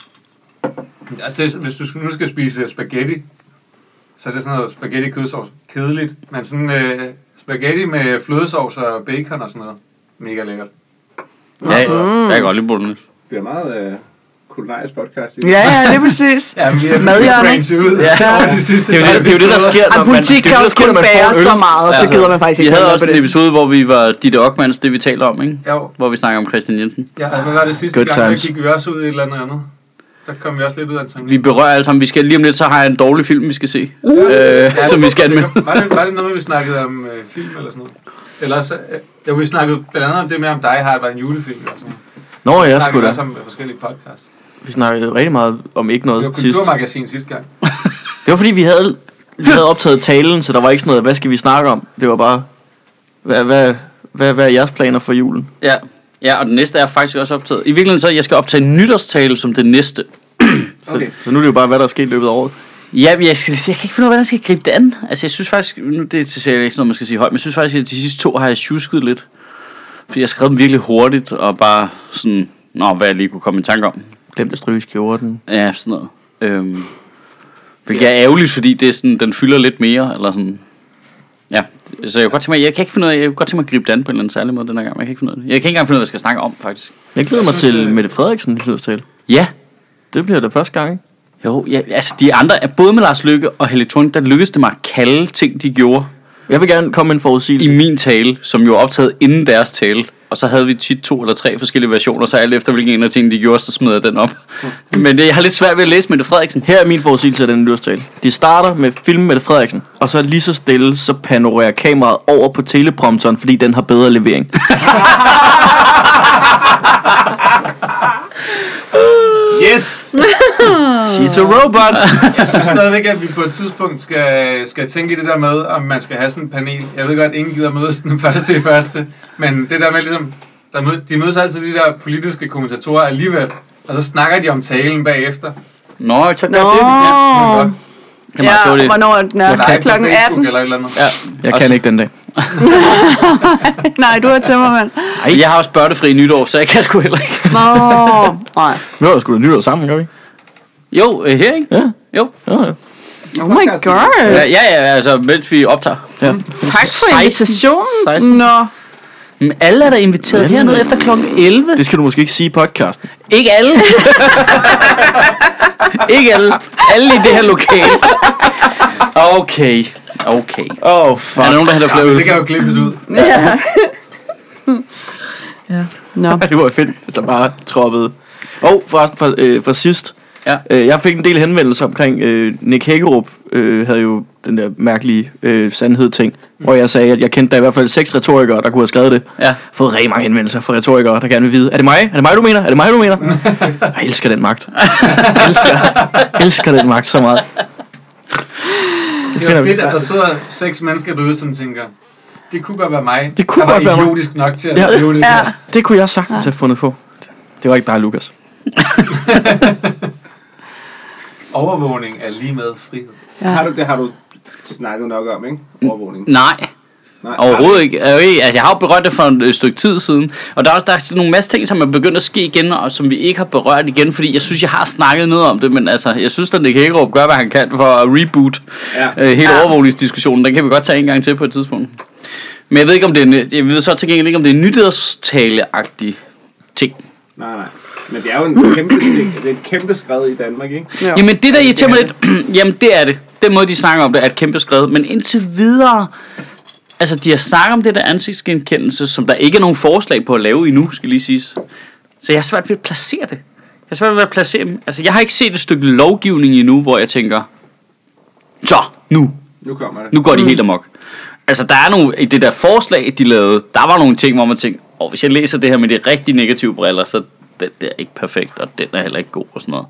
Speaker 5: Altså, det, er- hvis du skal- nu skal spise spaghetti, så er det sådan noget spaghetti kødsovs. Kedeligt, men sådan øh, spaghetti med flødesovs og bacon og sådan noget. Mega lækkert.
Speaker 1: Ja, jeg kan godt lide bolognese.
Speaker 3: Det er meget øh, kulinarisk podcast.
Speaker 2: Ja, ja, det er præcis.
Speaker 5: Ja, men vi er
Speaker 2: Madhjørnet.
Speaker 5: branche ud
Speaker 1: Ja.
Speaker 5: over de sidste
Speaker 4: Det er jo det, det, er jo det der sker,
Speaker 2: Ej, politik
Speaker 4: det er
Speaker 2: kan
Speaker 4: det,
Speaker 2: også
Speaker 4: der sker,
Speaker 2: kun
Speaker 4: når man får
Speaker 2: bære
Speaker 4: en øl.
Speaker 2: så meget, så
Speaker 1: Ja.
Speaker 2: gider man faktisk
Speaker 1: Vi
Speaker 2: ikke
Speaker 1: havde
Speaker 2: holde
Speaker 1: også
Speaker 2: på
Speaker 1: en
Speaker 2: det.
Speaker 1: episode, hvor vi var Ditte Ockmans, det vi taler om, ikke?
Speaker 5: Jo,
Speaker 1: Hvor vi snakker om Christian Jensen.
Speaker 5: ja, og hvad var det sidste
Speaker 4: Good
Speaker 5: gang, der
Speaker 4: times.
Speaker 5: gik vi også ud i et eller andet andet. Der kom vi også lidt ud af en ting.
Speaker 1: Vi berører alle sammen. Vi skal lige om lidt, så har jeg en dårlig film, vi skal se.
Speaker 2: Uh.
Speaker 1: Øh, som vi skal med.
Speaker 5: Var det, var det noget, vi snakkede om øh, film eller sådan noget? Eller så, øh, ja, vi snakkede blandt andet om det med, om Die Hard var en julefilm eller sådan noget.
Speaker 4: Nå,
Speaker 5: Vi
Speaker 4: jeg
Speaker 5: snakkede
Speaker 4: skulle
Speaker 5: også
Speaker 4: da.
Speaker 5: om øh, forskellige podcasts.
Speaker 4: Vi snakkede rigtig meget om ikke
Speaker 5: Det var
Speaker 4: noget sidst.
Speaker 5: Kulturmagasin sidste gang.
Speaker 4: Det var fordi, vi havde, vi havde optaget talen, så der var ikke sådan noget, hvad skal vi snakke om? Det var bare, hvad, hvad, hvad, hvad er jeres planer for julen?
Speaker 1: Ja. Ja, og den næste er faktisk også optaget. I virkeligheden så, jeg skal optage en nytårstale som det næste.
Speaker 3: Okay.
Speaker 4: Så nu er det jo bare, hvad der er sket i løbet af året.
Speaker 1: Ja, jeg, skal, jeg kan ikke finde ud af, hvordan jeg skal gribe det an. Altså, jeg synes faktisk, nu det er ikke noget, man skal sige højt, men jeg synes faktisk, at de sidste to har jeg tjusket lidt. Fordi jeg skrev dem virkelig hurtigt, og bare sådan, nå, hvad jeg lige kunne komme i tanke om.
Speaker 4: Glemte at stryge skjorten.
Speaker 1: Ja, sådan noget. Øhm, hvilket er ærgerligt, fordi det er sådan, den fylder lidt mere, eller sådan. Ja, så jeg kan godt tænke mig, jeg kan ikke finde ud af, jeg kan godt tænke mig at gribe det an på en eller anden særlig måde den her gang. Jeg kan ikke finde ud af det. Jeg kan ikke engang finde ud af, hvad jeg skal snakke om, faktisk.
Speaker 4: Jeg glæder mig til Mette Frederiksen nytårstale.
Speaker 1: Ja.
Speaker 4: Det bliver det første gang, ikke?
Speaker 1: Jo, ja, altså de andre, både med Lars Løkke og Helle Thorning, der lykkedes det mig at kalde ting, de gjorde.
Speaker 4: Jeg vil gerne komme med en forudsigelse.
Speaker 1: I min tale, som jo var optaget inden deres tale. Og så havde vi tit to eller tre forskellige versioner, så alt efter hvilken en af tingene de gjorde, så smed jeg den op. Men det, jeg har lidt svært ved at læse Mette Frederiksen.
Speaker 4: Her er min forudsigelse af den nytårstale. De starter med film Mette Frederiksen, og så lige så stille, så panorerer kameraet over på teleprompteren, fordi den har bedre levering.
Speaker 3: Yes!
Speaker 4: She's a robot!
Speaker 5: Jeg synes stadigvæk, at vi på et tidspunkt skal, skal tænke i det der med, om man skal have sådan en panel. Jeg ved godt, at ingen gider mødes den første i første, men det der med ligesom, der mød, de mødes altid de der politiske kommentatorer alligevel, og så snakker de om talen bagefter.
Speaker 1: Nå, så gør
Speaker 2: Nå.
Speaker 1: det. Ja.
Speaker 5: Det
Speaker 1: Det er meget
Speaker 2: Ja,
Speaker 1: sjovt, det.
Speaker 2: hvornår er den?
Speaker 5: er
Speaker 2: Er klokken atten?
Speaker 5: Eller et eller andet.
Speaker 1: Ja.
Speaker 4: Jeg
Speaker 1: Også-
Speaker 4: kan ikke den dag.
Speaker 2: Nej, du er tømmermand.
Speaker 1: Ej, jeg har også børnefri nytår, så jeg kan sgu heller ikke.
Speaker 2: Nå, nej.
Speaker 4: Vi har da sgu da nytår sammen, gør vi ikke?
Speaker 1: Jo, øh, her, ikke?
Speaker 4: Ja.
Speaker 1: Jo.
Speaker 4: Ja, ja.
Speaker 2: Oh my god.
Speaker 1: Ja, ja, ja, altså, mens vi optager.
Speaker 4: ja.
Speaker 2: Tak for
Speaker 1: seksten.
Speaker 2: invitationen.
Speaker 1: seksten.
Speaker 2: Nå.
Speaker 1: Men alle er der inviteret
Speaker 4: Alle.
Speaker 1: hernede efter klokken elleve.
Speaker 4: Det skal du måske ikke sige i podcasten.
Speaker 1: Ikke alle. Ikke alle. Alle i det her lokale. Okay. Okay.
Speaker 4: Åh, oh, fuck.
Speaker 1: Er der nogen, der hælder flere
Speaker 5: Ja,
Speaker 1: øl?
Speaker 5: det kan jo klippes ud.
Speaker 2: Ja. Ja. Nå.
Speaker 4: Det var fedt, hvis der bare troppede. Og forresten fra, øh, fra sidst.
Speaker 1: Ja.
Speaker 4: Øh, jeg fik en del henvendelser omkring øh, Nick Hækkerup øh, havde jo den der mærkelige øh, sandhed-ting, mm. hvor jeg sagde, at jeg kendte der i hvert fald seks retorikere, der kunne have skrevet det.
Speaker 1: Ja.
Speaker 4: Fået rigtig mange henvendelser fra retorikere, der gerne vil vide, er det mig? Er det mig, du mener? Er det mig, du mener? Jeg elsker den magt. Jeg elsker, elsker den magt så meget.
Speaker 5: Det
Speaker 4: finder
Speaker 5: var
Speaker 4: vi.
Speaker 5: fedt, at der sidder seks mennesker derude, som tænker, det kunne godt være mig.
Speaker 4: Det kunne
Speaker 5: der
Speaker 4: godt
Speaker 5: var
Speaker 4: være mig.
Speaker 5: idiotisk nok til at
Speaker 4: Ja.
Speaker 5: skrive det
Speaker 2: Ja.
Speaker 5: der.
Speaker 4: Det kunne jeg sagtens have fundet på. Det var ikke dig, Lukas.
Speaker 5: Overvågning er lige med frihed.
Speaker 2: Ja.
Speaker 3: Har du, det har du snakket nok om, ikke? Overvågning.
Speaker 1: Nej.
Speaker 3: Nej,
Speaker 1: Overhovedet ikke. Altså, jeg har jo berørt det for et stykke tid siden. Og der er også der er nogle masse ting, som er begyndt at ske igen, og som vi ikke har berørt igen, fordi jeg synes, jeg har snakket noget om det, men altså, jeg synes, at Nick Hækkerup gør, hvad han kan for at reboot
Speaker 3: Ja.
Speaker 1: øh, hele
Speaker 2: Ja.
Speaker 1: overvågningsdiskussionen. Den kan vi godt tage en gang til på et tidspunkt. Men jeg ved ikke, om det er en, jeg ved så til gengæld ikke, om det er en nytårstale-agtig ting.
Speaker 3: Nej, nej. Men det er jo en kæmpe ting. Det er et kæmpe skred i Danmark, ikke?
Speaker 2: Ja.
Speaker 1: Jamen det der irriterer mig lidt, jamen det er det. Den måde de snakker om det er et kæmpe skred. Men indtil videre, altså de har snakket om det der ansigtsgenkendelse, som der ikke er nogen forslag på at lave endnu, skal lige siges. Så jeg har svært ved at placere det. Jeg har svært ved at placere dem. Altså jeg har ikke set et stykke lovgivning endnu, hvor jeg tænker, så nu,
Speaker 3: Nu kommer det.
Speaker 1: nu går de helt amok. Altså der er nogle, i det der forslag de lavede, der var nogle ting, hvor man tænkte, åh, hvis jeg læser det her med de rigtig negative briller, så det, det er ikke perfekt, og den er heller ikke god og sådan noget.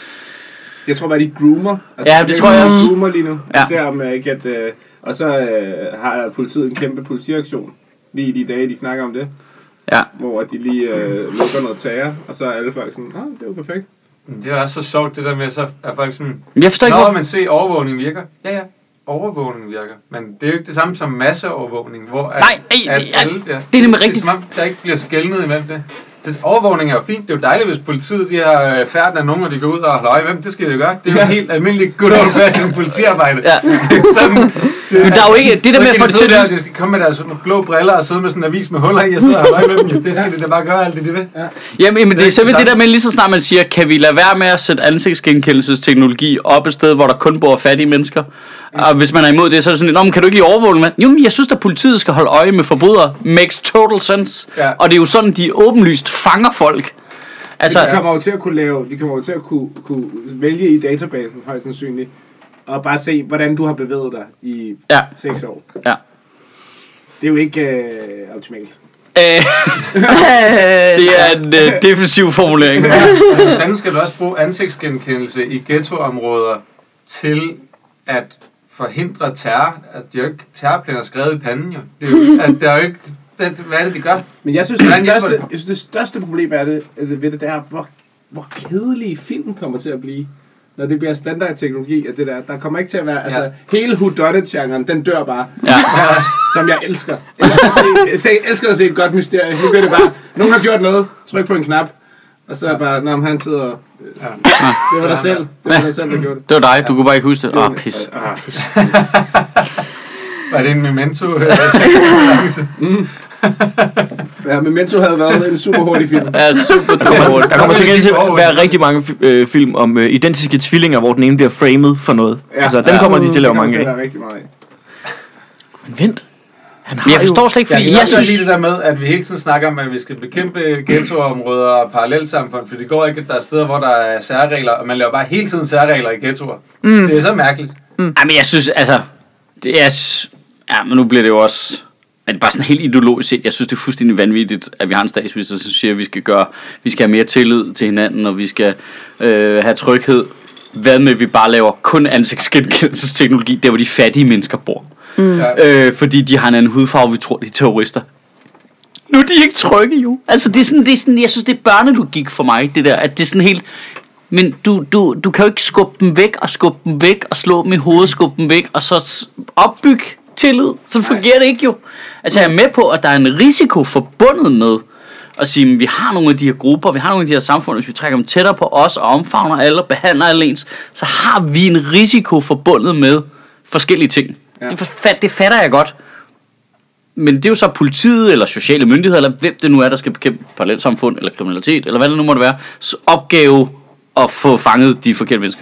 Speaker 3: Jeg tror bare, de groomer. Altså,
Speaker 1: Ja, det tror jeg
Speaker 3: de
Speaker 1: også.
Speaker 3: groomer lige nu.
Speaker 1: Ja.
Speaker 3: Ja. Ser om ikke at... Øh, og så øh, har politiet en kæmpe politiaktion. Lige i de dage, de snakker om det.
Speaker 1: Ja.
Speaker 3: Hvor de lige øh, lukker noget terror. Og så er alle folk sådan, ah, det er jo perfekt.
Speaker 5: Det er også så sjovt, det der med, så er folk sådan,
Speaker 1: Men jeg forstår ikke,
Speaker 5: når
Speaker 1: hvor...
Speaker 5: man ser overvågning virker. Ja, ja, overvågning virker. Men det er jo ikke det samme som masseovervågning, hvor at,
Speaker 1: Nej, ej,
Speaker 5: at
Speaker 1: ej,
Speaker 5: alle der...
Speaker 1: det er nemlig
Speaker 5: Det er
Speaker 1: rigtigt.
Speaker 5: som om, der ikke bliver skelnet imellem det. det. Overvågning er jo fint. Det er jo dejligt, hvis politiet de har færden af nogen, og de går ud og holder øje. Hvem? Det skal de jo gøre. Det er jo
Speaker 3: Ja.
Speaker 5: helt almindeligt good old fashioned politiarbejde.
Speaker 1: Ja.
Speaker 5: Det er sådan, det,
Speaker 1: Men der er jo ikke... Det der med at få det til
Speaker 5: der,
Speaker 1: at...
Speaker 5: de skal komme med deres blå briller og sidde med sådan en avis med huller i og sidde og holde øje med dem. Jo. Det skal de da bare gøre alt det, de vil.
Speaker 1: Jamen, men det er
Speaker 5: Det er
Speaker 1: simpelthen
Speaker 5: det
Speaker 1: det der med, lige så snart man siger, kan vi lade være med at sætte ansigtsgenkendelsesteknologi op et sted, hvor der kun bor fattige mennesker? Og hvis man er imod det, så er det sådan, nå, men kan du ikke lige overvåge det? Jo, men jeg synes, at politiet skal holde øje med forbrydere. Makes total sense.
Speaker 5: Ja.
Speaker 1: Og det er jo sådan, de åbenlyst fanger folk. Altså,
Speaker 3: De kommer jo til at kunne lave, de kommer jo til at kunne, kunne vælge i databasen, højst sandsynligt. Og bare se, hvordan du har bevæget dig i
Speaker 1: Ja.
Speaker 3: seks år.
Speaker 1: ja.
Speaker 3: Det er jo ikke øh, optimalt.
Speaker 1: Øh, det er en øh, defensiv formulering.
Speaker 5: Hvordan skal du også bruge ansigtsgenkendelse i ghettoområder til at forhindre terror? At de jo ikke terrorplaner skrevet i panden, jo. Det er jo, at der er jo ikke... Det, hvad er det, de gør?
Speaker 3: Men jeg synes, det
Speaker 5: Hvordan hjælper
Speaker 3: største,
Speaker 5: det?
Speaker 3: jeg synes, det største problem er det, altså, ved det, det er, hvor, hvor kedelige film kommer til at blive. Når det bliver standardteknologi, at det der, der kommer ikke til at være, altså,
Speaker 5: Ja.
Speaker 3: hele whodunit-genren, den dør bare.
Speaker 1: Ja.
Speaker 3: Som jeg elsker. Jeg elsker at se, se, elsker at se et godt mysterie. Nu bliver det bare, nogen har gjort noget, tryk på en knap, og så er bare, når han sidder, ja. Det var dig selv, det var dig selv, der gjorde det.
Speaker 1: Det var dig, du kunne bare ikke huske det. Åh, oh, pis.
Speaker 3: Ah.
Speaker 5: Var Var det en memento?
Speaker 3: mm. Ja, Memento havde været en super hurtig film.
Speaker 1: Ja, super
Speaker 4: Der kommer, der kommer sikkert til at
Speaker 5: Over-
Speaker 4: være rigtig mange øh, film om øh, identiske tvillinger, hvor den ene bliver framed for noget.
Speaker 3: Ja.
Speaker 4: Altså, dem
Speaker 1: Ja.
Speaker 4: kommer de til at lave
Speaker 3: Det
Speaker 4: mange
Speaker 3: kommer til
Speaker 4: af.
Speaker 3: at være rigtig meget af.
Speaker 4: Men vent. Han har
Speaker 1: Men jeg forstår
Speaker 4: jo...
Speaker 1: slet ikke,
Speaker 5: Jeg
Speaker 1: fordi
Speaker 5: kan
Speaker 1: jeg
Speaker 5: også godt
Speaker 1: synes...
Speaker 5: lide det der med, at vi hele tiden snakker om, at vi skal bekæmpe ghettoområder og parallelsamfund, for det går ikke, at der er steder, hvor der er særregler, og man laver bare hele tiden særregler i ghettoer. Mm. Det er så mærkeligt.
Speaker 1: Ej, men jeg synes, altså... Det er... s- Ja, men nu bliver det jo også... Men det er bare sådan helt ideologisk set. Jeg synes, det er fuldstændig vanvittigt, at vi har en statsminister, som siger, at vi skal gøre... Vi skal have mere tillid til hinanden, og vi skal øh, have tryghed. Hvad med, at vi bare laver kun ansigtsgenkendelsesteknologi, der hvor de fattige mennesker bor.
Speaker 5: Mm. Ja.
Speaker 1: Øh, fordi de har en anden hudfarve, vi tror, de er terrorister. Nu er de ikke trygge, jo. Altså, det er sådan, det er sådan, jeg synes, det er børnelogik for mig, det der, at det er sådan helt... Men du, du, du kan jo ikke skubbe dem væk, og skubbe dem væk, og slå dem i hovedet, skubbe dem væk, og så s- opbygge tillid. Så fungerer det ikke jo. Altså, jeg er med på, at der er en risiko forbundet med at sige, at vi har nogle af de her grupper, vi har nogle af de her samfund, hvis vi trækker dem tættere på os, og omfavner alle, og behandler alle ens, så har vi en risiko forbundet med forskellige ting.
Speaker 3: Ja.
Speaker 1: Det, fat, det fatter jeg godt. Men det er jo så politiet, eller sociale myndigheder, eller hvem det nu er, der skal bekæmpe parallelsamfund, eller kriminalitet, eller hvad det nu måtte være, så opgave at få fanget de forkerte mennesker.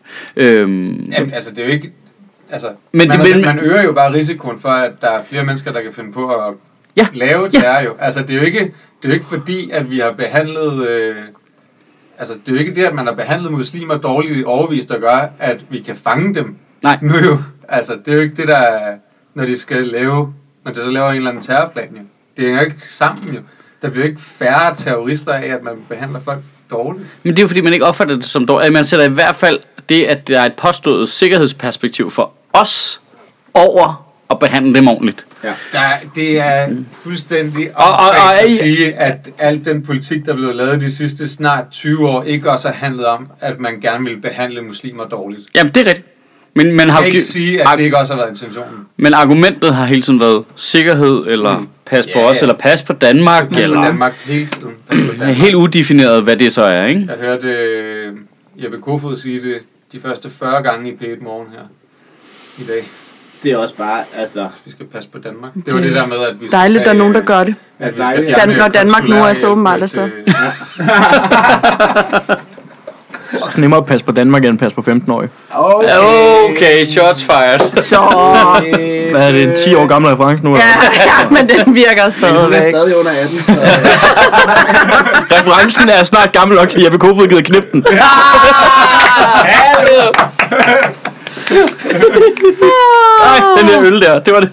Speaker 1: Øhm,
Speaker 5: Jamen, altså, det er jo ikke... Altså,
Speaker 1: Men
Speaker 5: man,
Speaker 1: det-
Speaker 5: man,
Speaker 1: men-
Speaker 5: man øger jo bare risikoen for, at der er flere mennesker, der kan finde på at
Speaker 1: Ja,
Speaker 5: lave
Speaker 1: ja.
Speaker 5: terror jo. Altså, det er jo ikke, det er jo ikke fordi, at vi har behandlet... Øh, altså, det er jo ikke det, at man har behandlet muslimer dårligt i overvist, der gør, at vi kan fange dem.
Speaker 1: Nej.
Speaker 5: Nu jo. Altså, det er jo ikke det, der er, når de skal lave... Når de så laver en eller anden terrorplan, jo. Det hænger jo ikke sammen, jo. Der bliver jo ikke færre terrorister af, at man behandler folk dårligt.
Speaker 1: Men det er jo fordi, man ikke opfatter det som dårligt. Man sætter i hvert fald det, at der er et påstået sikkerhedsperspektiv for os over at behandle dem ordentligt.
Speaker 5: Der, det er fuldstændig
Speaker 1: Og- og- og-
Speaker 5: åndssvagt at
Speaker 1: I-
Speaker 5: sige, at al den politik, der er blevet lavet de sidste snart tyve år, ikke også har handlet om, at man gerne vil behandle muslimer dårligt.
Speaker 1: Jamen, det er rigtigt. Men, man
Speaker 5: Jeg
Speaker 1: har
Speaker 5: kan ikke
Speaker 1: gi-
Speaker 5: sige, at
Speaker 1: ar-
Speaker 5: det ikke også har været intentionen.
Speaker 1: Men argumentet har hele tiden været sikkerhed, eller
Speaker 5: Mm.
Speaker 1: pas på
Speaker 5: Ja,
Speaker 1: os,
Speaker 5: ja.
Speaker 1: eller pas på Danmark,
Speaker 5: Pas på
Speaker 1: eller
Speaker 5: Danmark hele tiden. Pas på
Speaker 1: det er
Speaker 5: Danmark.
Speaker 1: helt udefineret, hvad det så er, ikke?
Speaker 5: Jeg hørte øh, Jeppe Kofod sige det de første fyrre gange i P et Morgen her i dag.
Speaker 3: Det er også bare, altså...
Speaker 5: Vi skal passe på Danmark. Det var det der med, at vi skal
Speaker 2: Dejligt, der er
Speaker 5: tage,
Speaker 2: nogen, der
Speaker 5: øh,
Speaker 2: gør det.
Speaker 5: At vi
Speaker 3: Dejligt.
Speaker 5: skal fjerne
Speaker 2: Dan- når Danmark nu er så
Speaker 5: konsulærhjælp
Speaker 2: åbenbart,
Speaker 5: til-
Speaker 2: altså.
Speaker 4: Det er også nemmere at passe på Danmark, end at passe på femten-årige.
Speaker 3: Okay.
Speaker 1: Okay, shots fired.
Speaker 2: Så...
Speaker 4: Hvad er det, en ti år gammel reference nu?
Speaker 2: Ja, ja, men den virker
Speaker 3: Men hun er
Speaker 2: stadigvæk.
Speaker 3: stadig under atten, så...
Speaker 4: Referencen er snart gammel nok til, at Jeppe Kofod gider knippe den. Ej, den der øl der, det var det.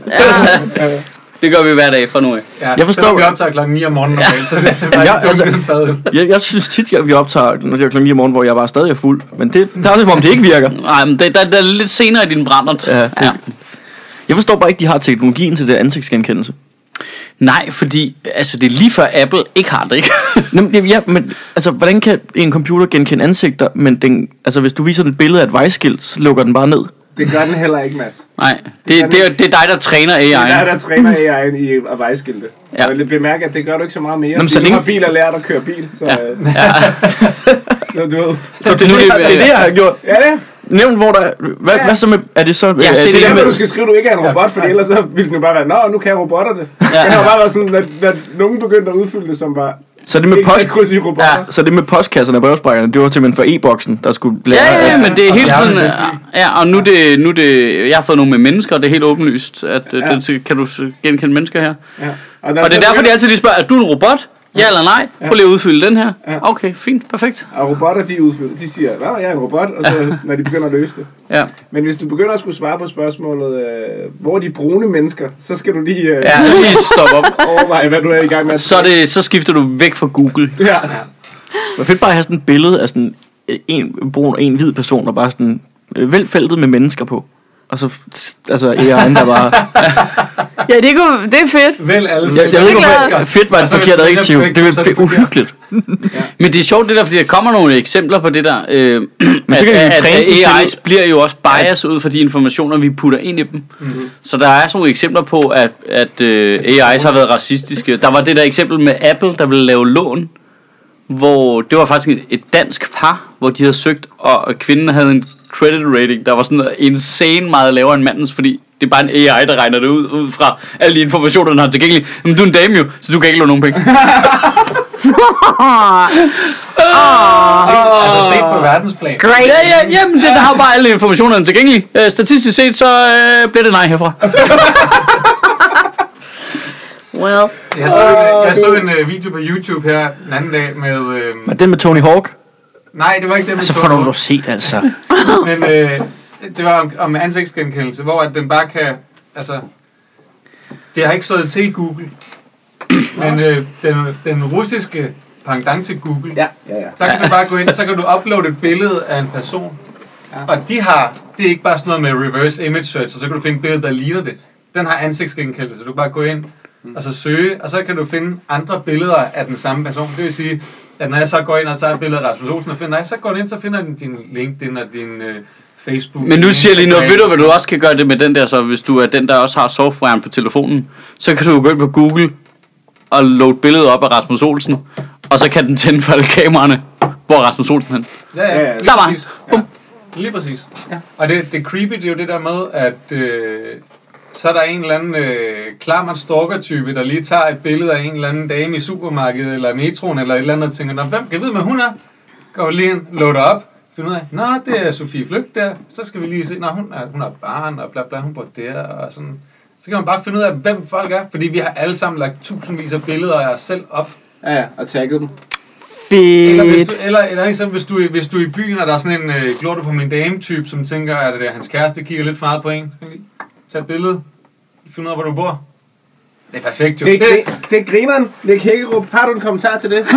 Speaker 1: Det gør vi hver dag fra nu af.
Speaker 5: Ja,
Speaker 4: Jeg forstår-
Speaker 5: Så vi optager klokken ni om morgenen normalt, så det var
Speaker 4: Ja,
Speaker 5: ikke
Speaker 4: altså-
Speaker 5: dumt, den fad.
Speaker 4: Jeg, jeg synes tit, at vi optager, når det er klokken ni om morgenen, hvor jeg bare stadig er fuld. Men det, det er også som om, det ikke virker.
Speaker 1: Nej, men det, der, der er lidt senere i din brændert.
Speaker 4: Ja, det-
Speaker 1: ja.
Speaker 4: Jeg forstår bare ikke, de har teknologien til det ansigtsgenkendelse.
Speaker 1: Nej, fordi altså, det er lige før Apple ikke har det, ikke?
Speaker 4: Nå, men, ja, men altså, hvordan kan en computer genkende ansigter, men den, altså, hvis du viser den et billede af et vejskilt, så lukker den bare ned?
Speaker 3: Det gør den heller ikke, Mads.
Speaker 1: Nej, det, det, er, det er dig, der træner A I.
Speaker 3: Det er der, der træner A I'en i at vejskilte.
Speaker 1: Ja.
Speaker 3: Ja. Og jeg vil bemærke, at det gør du ikke så meget mere.
Speaker 4: Nå, men
Speaker 3: Fordi
Speaker 4: så
Speaker 3: du
Speaker 4: længe-
Speaker 3: har biler lært at køre bil, så,
Speaker 1: Ja.
Speaker 3: øh,
Speaker 1: Ja.
Speaker 3: så du ved.
Speaker 4: Så det, er det, det, det, er det, jeg har gjort.
Speaker 3: Ja, det er.
Speaker 4: Nævn, hvor der... Hvad,
Speaker 3: Ja.
Speaker 4: hvad så med... Er det så...
Speaker 1: Ja,
Speaker 4: er
Speaker 1: se,
Speaker 4: det,
Speaker 1: det
Speaker 3: Det
Speaker 1: er
Speaker 3: er
Speaker 4: med,
Speaker 3: der, du skal skrive, at du ikke er en robot, for ellers så ville den jo bare være, nå, nu kan robotter det.
Speaker 1: Ja.
Speaker 3: Det har bare været sådan, at, at nogen begyndte at udfylde det som var
Speaker 4: så det med
Speaker 3: ikke
Speaker 4: post...
Speaker 3: så kryds i robotter.
Speaker 1: Ja.
Speaker 4: Så det med postkasserne og brevsprækkerne, det var simpelthen for e-boksen, der skulle lære...
Speaker 1: Ja, ja, men det er
Speaker 5: Og
Speaker 1: hele
Speaker 5: vi har
Speaker 1: tiden...
Speaker 5: det
Speaker 1: Ja, og nu er det, nu er det... Jeg har fået nogle med mennesker, og det er helt åbenlyst, at ja.
Speaker 3: Ja.
Speaker 1: det, kan du genkende mennesker her.
Speaker 3: Ja.
Speaker 1: Og det er derfor, de altid de spørger, er du en robot? Ja eller nej? Prøv lige at udfylde den her.
Speaker 3: Ja.
Speaker 1: Okay, fint, perfekt.
Speaker 3: Og robotter, de udfylder. De siger, nå, jeg er en robot, og så når de begynder at løse det.
Speaker 1: Ja,
Speaker 3: Men hvis du begynder at skulle svare på spørgsmålet, øh, hvor er de brune mennesker, så skal du lige øh,
Speaker 1: ja lige stop op.
Speaker 3: overveje, hvad du er i gang med. at-
Speaker 1: Så, er det, så skifter du væk fra Google.
Speaker 3: Ja.
Speaker 4: Det er fedt bare at have sådan et billede af sådan en brun og en hvid person, og bare sådan øh, velfeltet med mennesker på. Og så, altså, A I'en, der bare...
Speaker 2: Ja, det, kunne, det er fedt.
Speaker 5: Vel alle
Speaker 4: Jeg, jeg ved ikke,
Speaker 2: glad.
Speaker 4: hvorfor fedt var et
Speaker 5: Og så hvis
Speaker 4: forkert
Speaker 5: man er
Speaker 4: adjektiv.
Speaker 5: perfekt,
Speaker 4: Det er,
Speaker 5: så er
Speaker 4: det er
Speaker 5: det forkert.
Speaker 4: uhyggeligt.
Speaker 1: Men det er sjovt det der, fordi der kommer nogle eksempler på det der, øh,
Speaker 4: Men så
Speaker 1: at,
Speaker 4: kan vi
Speaker 1: at,
Speaker 4: træne
Speaker 1: at
Speaker 4: dem til-
Speaker 1: A I's bliver jo også bias ud fra de informationer, vi putter ind i dem. Mm-hmm. Så der er sådan nogle eksempler på, at, at øh, A I's har været racistiske. Der var det der eksempel med Apple, der ville lave lån, hvor det var faktisk et, et dansk par, hvor de havde søgt, og kvinden havde en credit rating, der var sådan insane meget lavere end mandens, fordi Det er bare en A I, der regner det ud, ud fra alle de informationer, den har tilgængelige. Men du er en dame jo, så du kan ikke låne nogen penge.
Speaker 5: Altså set på verdensplan.
Speaker 2: Great.
Speaker 1: Ja, ja, jamen, den har bare alle informationerne tilgængelige. Uh, statistisk set, så uh, bliver det nej herfra.
Speaker 2: Well.
Speaker 5: Jeg så en, jeg så en uh, video på YouTube her den anden dag med... Øh,
Speaker 4: Men den med Tony Hawk?
Speaker 5: nej, det var ikke den med
Speaker 4: Så
Speaker 5: Tony
Speaker 4: får du
Speaker 5: Hawk.
Speaker 4: dog set, altså.
Speaker 5: Men øh, det var om, om ansigtsgenkendelse, hvor at den bare kan, altså, det har ikke stået til i Google, men øh, den, den russiske pendant til Google,
Speaker 3: Ja, ja, ja.
Speaker 5: der kan du bare gå ind, så kan du uploade et billede af en person,
Speaker 3: Ja.
Speaker 5: og de har, det er ikke bare sådan noget med reverse image search, og så kan du finde et billede, der ligner det. Den har ansigtsgenkendelse, du kan bare gå ind og så søge, og så kan du finde andre billeder af den samme person. Det vil sige, at når jeg så går ind og tager et billede af Rasmus Olsen og finder dig, så går du ind, så finder den din LinkedIn og din øh, Facebook.
Speaker 1: Men nu siger jeg lige noget.
Speaker 5: Instagram.
Speaker 1: Ved du, hvad du også kan gøre det med den der, så hvis du er den, der også har softwaren på telefonen, så kan du gå ind på Google og load billedet op af Rasmus Olsen, og så kan den tænde for alle kameraerne, hvor er Rasmus Olsen hen.
Speaker 5: Ja, ja,
Speaker 3: Ja, ja.
Speaker 5: lige
Speaker 1: Der var
Speaker 5: præcis.
Speaker 1: han.
Speaker 5: Ja, lige præcis. Ja. Og det, det creepy, det er jo det der med, at øh, så er der en eller anden øh, klammer stalker-type, der lige tager et billede af en eller anden dame i supermarkedet, eller metroen, eller et eller andet, og tænker, nå, hvem kan vide, hvad hun er? Går lige ind, loader op, finder ud af, nå, det er Sofie Flygt der, så skal vi lige se, nå, hun er, hun er barn, og bla bla, hun bor der, og sådan. Så kan man bare finde ud af, hvem folk er, fordi vi har alle sammen lagt tusindvis af billeder af os selv op.
Speaker 3: Ja, ja, og tagget dem.
Speaker 5: Eller, hvis
Speaker 2: Fedt.
Speaker 5: du, eller, eller eksempel, hvis du, hvis du er i byen, og der er sådan en øh, glor du på min dame-type, som tænker, at det er hans kæreste kigger lidt for meget på en. Tag et billede. Find ud af, hvor du bor. Det er perfekt, jo.
Speaker 3: Det er, gri- det er grineren. Nick Hækkerup, har du en kommentar til det?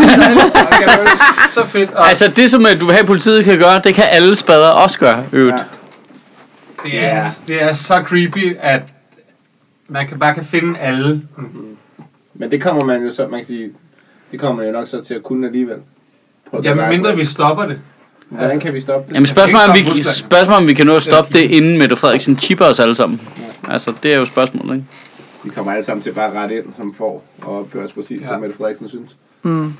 Speaker 5: så fedt. Og
Speaker 1: Altså det, som øh, du vil have, politiet kan gøre, det kan alle spader også gøre, øvrigt.
Speaker 3: Ja.
Speaker 5: det, er, det er så creepy, at man kan bare kan finde alle.
Speaker 3: Men det kommer man jo så, man kan sige, det kommer man jo nok så til at kunne alligevel. På den
Speaker 5: Jamen
Speaker 3: vej.
Speaker 5: mindre vi stopper det.
Speaker 3: Hvordan kan vi stoppe det?
Speaker 1: Jamen spørgsmålet er, om
Speaker 5: Ikke
Speaker 1: vi,
Speaker 5: Rusland.
Speaker 1: spørgsmålet, om vi kan nå at stoppe det, inden Mette Frederiksen chipper os alle sammen. Altså, det er jo spørgsmålet, ikke?
Speaker 3: Vi kommer alle sammen til bare ret ind som får og opføre os præcis,
Speaker 5: Ja.
Speaker 3: som Mette Frederiksen synes.
Speaker 1: Jamen,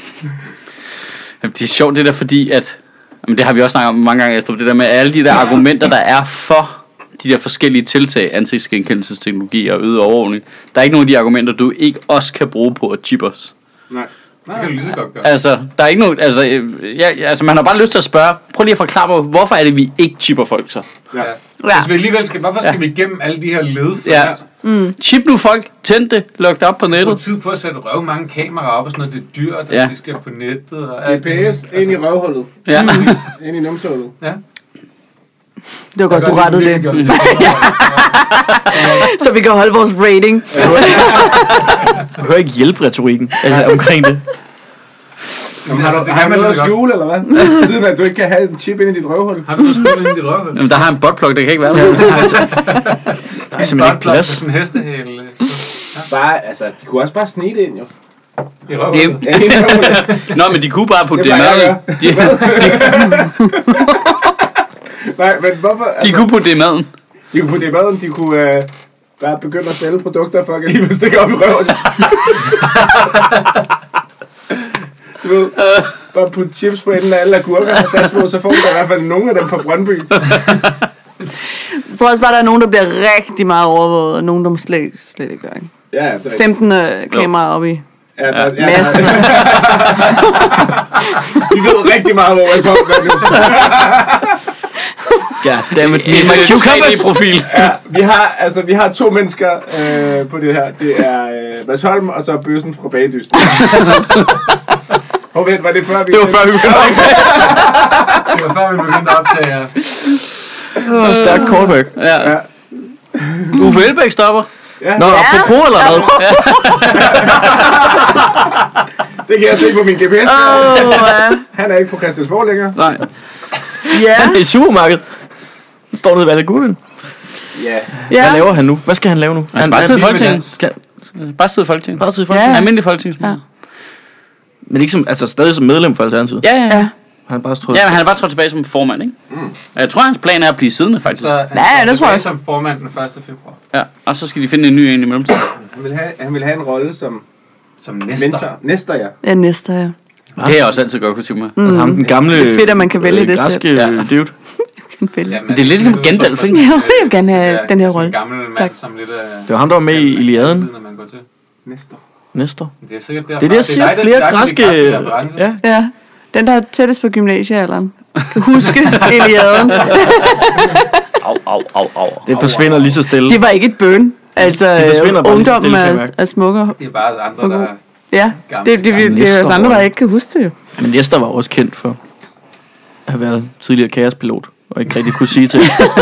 Speaker 1: det er sjovt det der, fordi at... Jamen, det har vi også snakket om mange gange, Astrup, det der med alle de der argumenter, der er for de der forskellige tiltag, ansigtsgenkendelsesteknologi og øget overvågning. Der er ikke nogen af de argumenter, du ikke også kan bruge på at chippe os.
Speaker 3: Nej.
Speaker 5: Det kan du lige så godt gøre.
Speaker 1: Altså, der er ikke nogen... Altså, øh, ja, altså, man har bare lyst til at spørge. Prøv lige at forklare mig, hvorfor er det, vi ikke chipper folk så?
Speaker 3: Ja.
Speaker 5: Ja.
Speaker 2: Ja.
Speaker 5: Hvis vi alligevel skal, hvorfor skal
Speaker 1: Ja.
Speaker 5: vi igennem alle de her led først?
Speaker 1: Ja. Mm. Chip nu folk, tænd det, luk det op på
Speaker 5: Vi bruger
Speaker 1: nettet.
Speaker 5: tid på at sætte røv mange kameraer op og sådan noget. Det er dyrt, og
Speaker 1: Ja.
Speaker 5: de skal på nettet. Og
Speaker 3: G P S ind i røvhullet.
Speaker 1: Ja.
Speaker 3: Ind i numsehullet.
Speaker 5: Ja.
Speaker 2: Det var godt, du rettede det. Så vi kan holde vores rating.
Speaker 4: Du kan ikke hjælpe retorikken altså, omkring det.
Speaker 3: Men har du, har man noget at skjule, eller hvad? Siden at du ikke kan have en chip ind i dit røvhul.
Speaker 5: Har du noget skjult ind i dit røvhul?
Speaker 1: Jamen, der har en buttplug, der kan ikke være der.
Speaker 4: Det er simpelthen ikke plads.
Speaker 5: Sådan en hestehæl øh,
Speaker 3: Bare, altså, de kunne også bare snige det ind, jo.
Speaker 5: i røvhullet.
Speaker 3: Ja, ind i røvhullet.
Speaker 1: Nå, men de kunne bare putte
Speaker 3: Det
Speaker 1: det i
Speaker 3: plejer
Speaker 1: maden.
Speaker 3: jeg
Speaker 1: De,
Speaker 3: Nej, men hvorfor?
Speaker 1: de
Speaker 3: Altså,
Speaker 1: kunne putte det i maden.
Speaker 3: de kunne putte det i maden, de kunne øh, bare begynde at sælge produkter, folk alligevel stikker op i røven. Du ved, bare putte chips på enden af alle agurker og sats på, så får du da i hvert fald nogle af dem fra Brøndby.
Speaker 2: Så tror jeg også bare, der er nogen, der bliver rigtig meget overvåget, og nogen, der slet, slet ikke gør. Ikke?
Speaker 3: Ja, det er rigtigt.
Speaker 2: femten øh, kameraer oppe i.
Speaker 3: Ja, der, ja,
Speaker 2: Masse.
Speaker 3: de ved rigtig meget, hvor jeg så nu.
Speaker 4: Ja, dammit.
Speaker 1: Det er en tre D-profil.
Speaker 3: Ja, vi har, altså, vi har to mennesker øh, på det her. Det er øh, Mads Holm, og så Bøssen fra Bagedysten. Hvor vent, var det før vi...
Speaker 1: Det var før vi begyndte at optage.
Speaker 5: Det var før vi begyndte at optage. Ja.
Speaker 4: Stærkt callback.
Speaker 1: Ja.
Speaker 3: Ja.
Speaker 1: Uffe Elbæk stopper.
Speaker 3: Ja,
Speaker 4: Nå, apropos eller hvad?
Speaker 3: det kan jeg se på min G P S.
Speaker 2: Åh, ja.
Speaker 3: Han er ikke på Christiansborg længere.
Speaker 1: Nej.
Speaker 2: Ja.
Speaker 4: I supermarkedet. Står nede ved Alaguden.
Speaker 3: Ja.
Speaker 4: Hvad
Speaker 2: Ja.
Speaker 4: laver han nu? Hvad skal han lave nu?
Speaker 1: Han skal bare sidde i
Speaker 5: vild med
Speaker 1: Folketinget.
Speaker 5: dans.
Speaker 4: Skal,
Speaker 1: Bare sidde i Folketinget.
Speaker 4: bare sidde i
Speaker 2: Ja.
Speaker 4: Folketinget?
Speaker 1: Almindelig Folketingsmedlem.
Speaker 4: Men ikke som, altså stadig som medlem for Alternativet.
Speaker 1: Ja, ja.
Speaker 2: Ja.
Speaker 4: Han er bare stået.
Speaker 1: Ja, men han er bare trådt tilbage som formand, ikke? Mm. Jeg tror, hans plan er at blive siddende, faktisk.
Speaker 5: Så han
Speaker 2: Ja,
Speaker 5: står
Speaker 2: det tror jeg
Speaker 5: tilbage som formand den første februar.
Speaker 1: Ja, og så skal de finde en ny en i mellemtiden.
Speaker 3: Han vil have, han vil have en rolle som
Speaker 5: Som næster.
Speaker 3: mentor. Næster, ja.
Speaker 2: Ja, næste, ja.
Speaker 1: Det er jeg også altid godt kunne sige mig.
Speaker 4: Mm. Ham, den gamle
Speaker 2: Det er fedt, at man kan vælge
Speaker 4: øh,
Speaker 2: det
Speaker 4: græske
Speaker 1: selv.
Speaker 4: øh, dude.
Speaker 2: en fælde.
Speaker 5: Ja, men
Speaker 1: Det er lidt ligesom
Speaker 5: udtryk
Speaker 1: Gandalf,
Speaker 5: for
Speaker 1: ikke?
Speaker 5: sådan,
Speaker 2: Jeg vil jo gerne have
Speaker 5: øh,
Speaker 2: den her
Speaker 5: sådan
Speaker 2: rolle.
Speaker 5: en gammel mand,
Speaker 2: Tak.
Speaker 5: som lidt af...
Speaker 4: Det var ham, der var med i Iliaden.
Speaker 5: Når man går til.
Speaker 3: Næste år.
Speaker 4: Næste år.
Speaker 5: Det er sikkert
Speaker 4: Det er det, jeg siger.
Speaker 5: dig, der-
Speaker 4: Flere
Speaker 5: dig, der
Speaker 4: græske...
Speaker 5: bekræfter reference.
Speaker 4: Ja.
Speaker 2: Ja, den der er tættest på gymnasiealderen. Kan huske Iliaden.
Speaker 1: Au, au, au, au.
Speaker 4: Det forsvinder lige så stille.
Speaker 2: Det var ikke et bøn. Altså,
Speaker 4: Det forsvinder bare lige så
Speaker 2: ungdommen
Speaker 4: stille, kan jeg
Speaker 2: er,
Speaker 4: mærke.
Speaker 2: er smukkere.
Speaker 5: Det er bare os andre, der...
Speaker 2: Ja,
Speaker 5: Gamle,
Speaker 2: det, det, det,
Speaker 5: gamle
Speaker 2: det er os andre, der
Speaker 4: Næste år.
Speaker 2: ikke kan huske det jo.
Speaker 4: Men Næster var også kendt for at have været tidligere kaospilot, og ikke rigtig kunne sige til.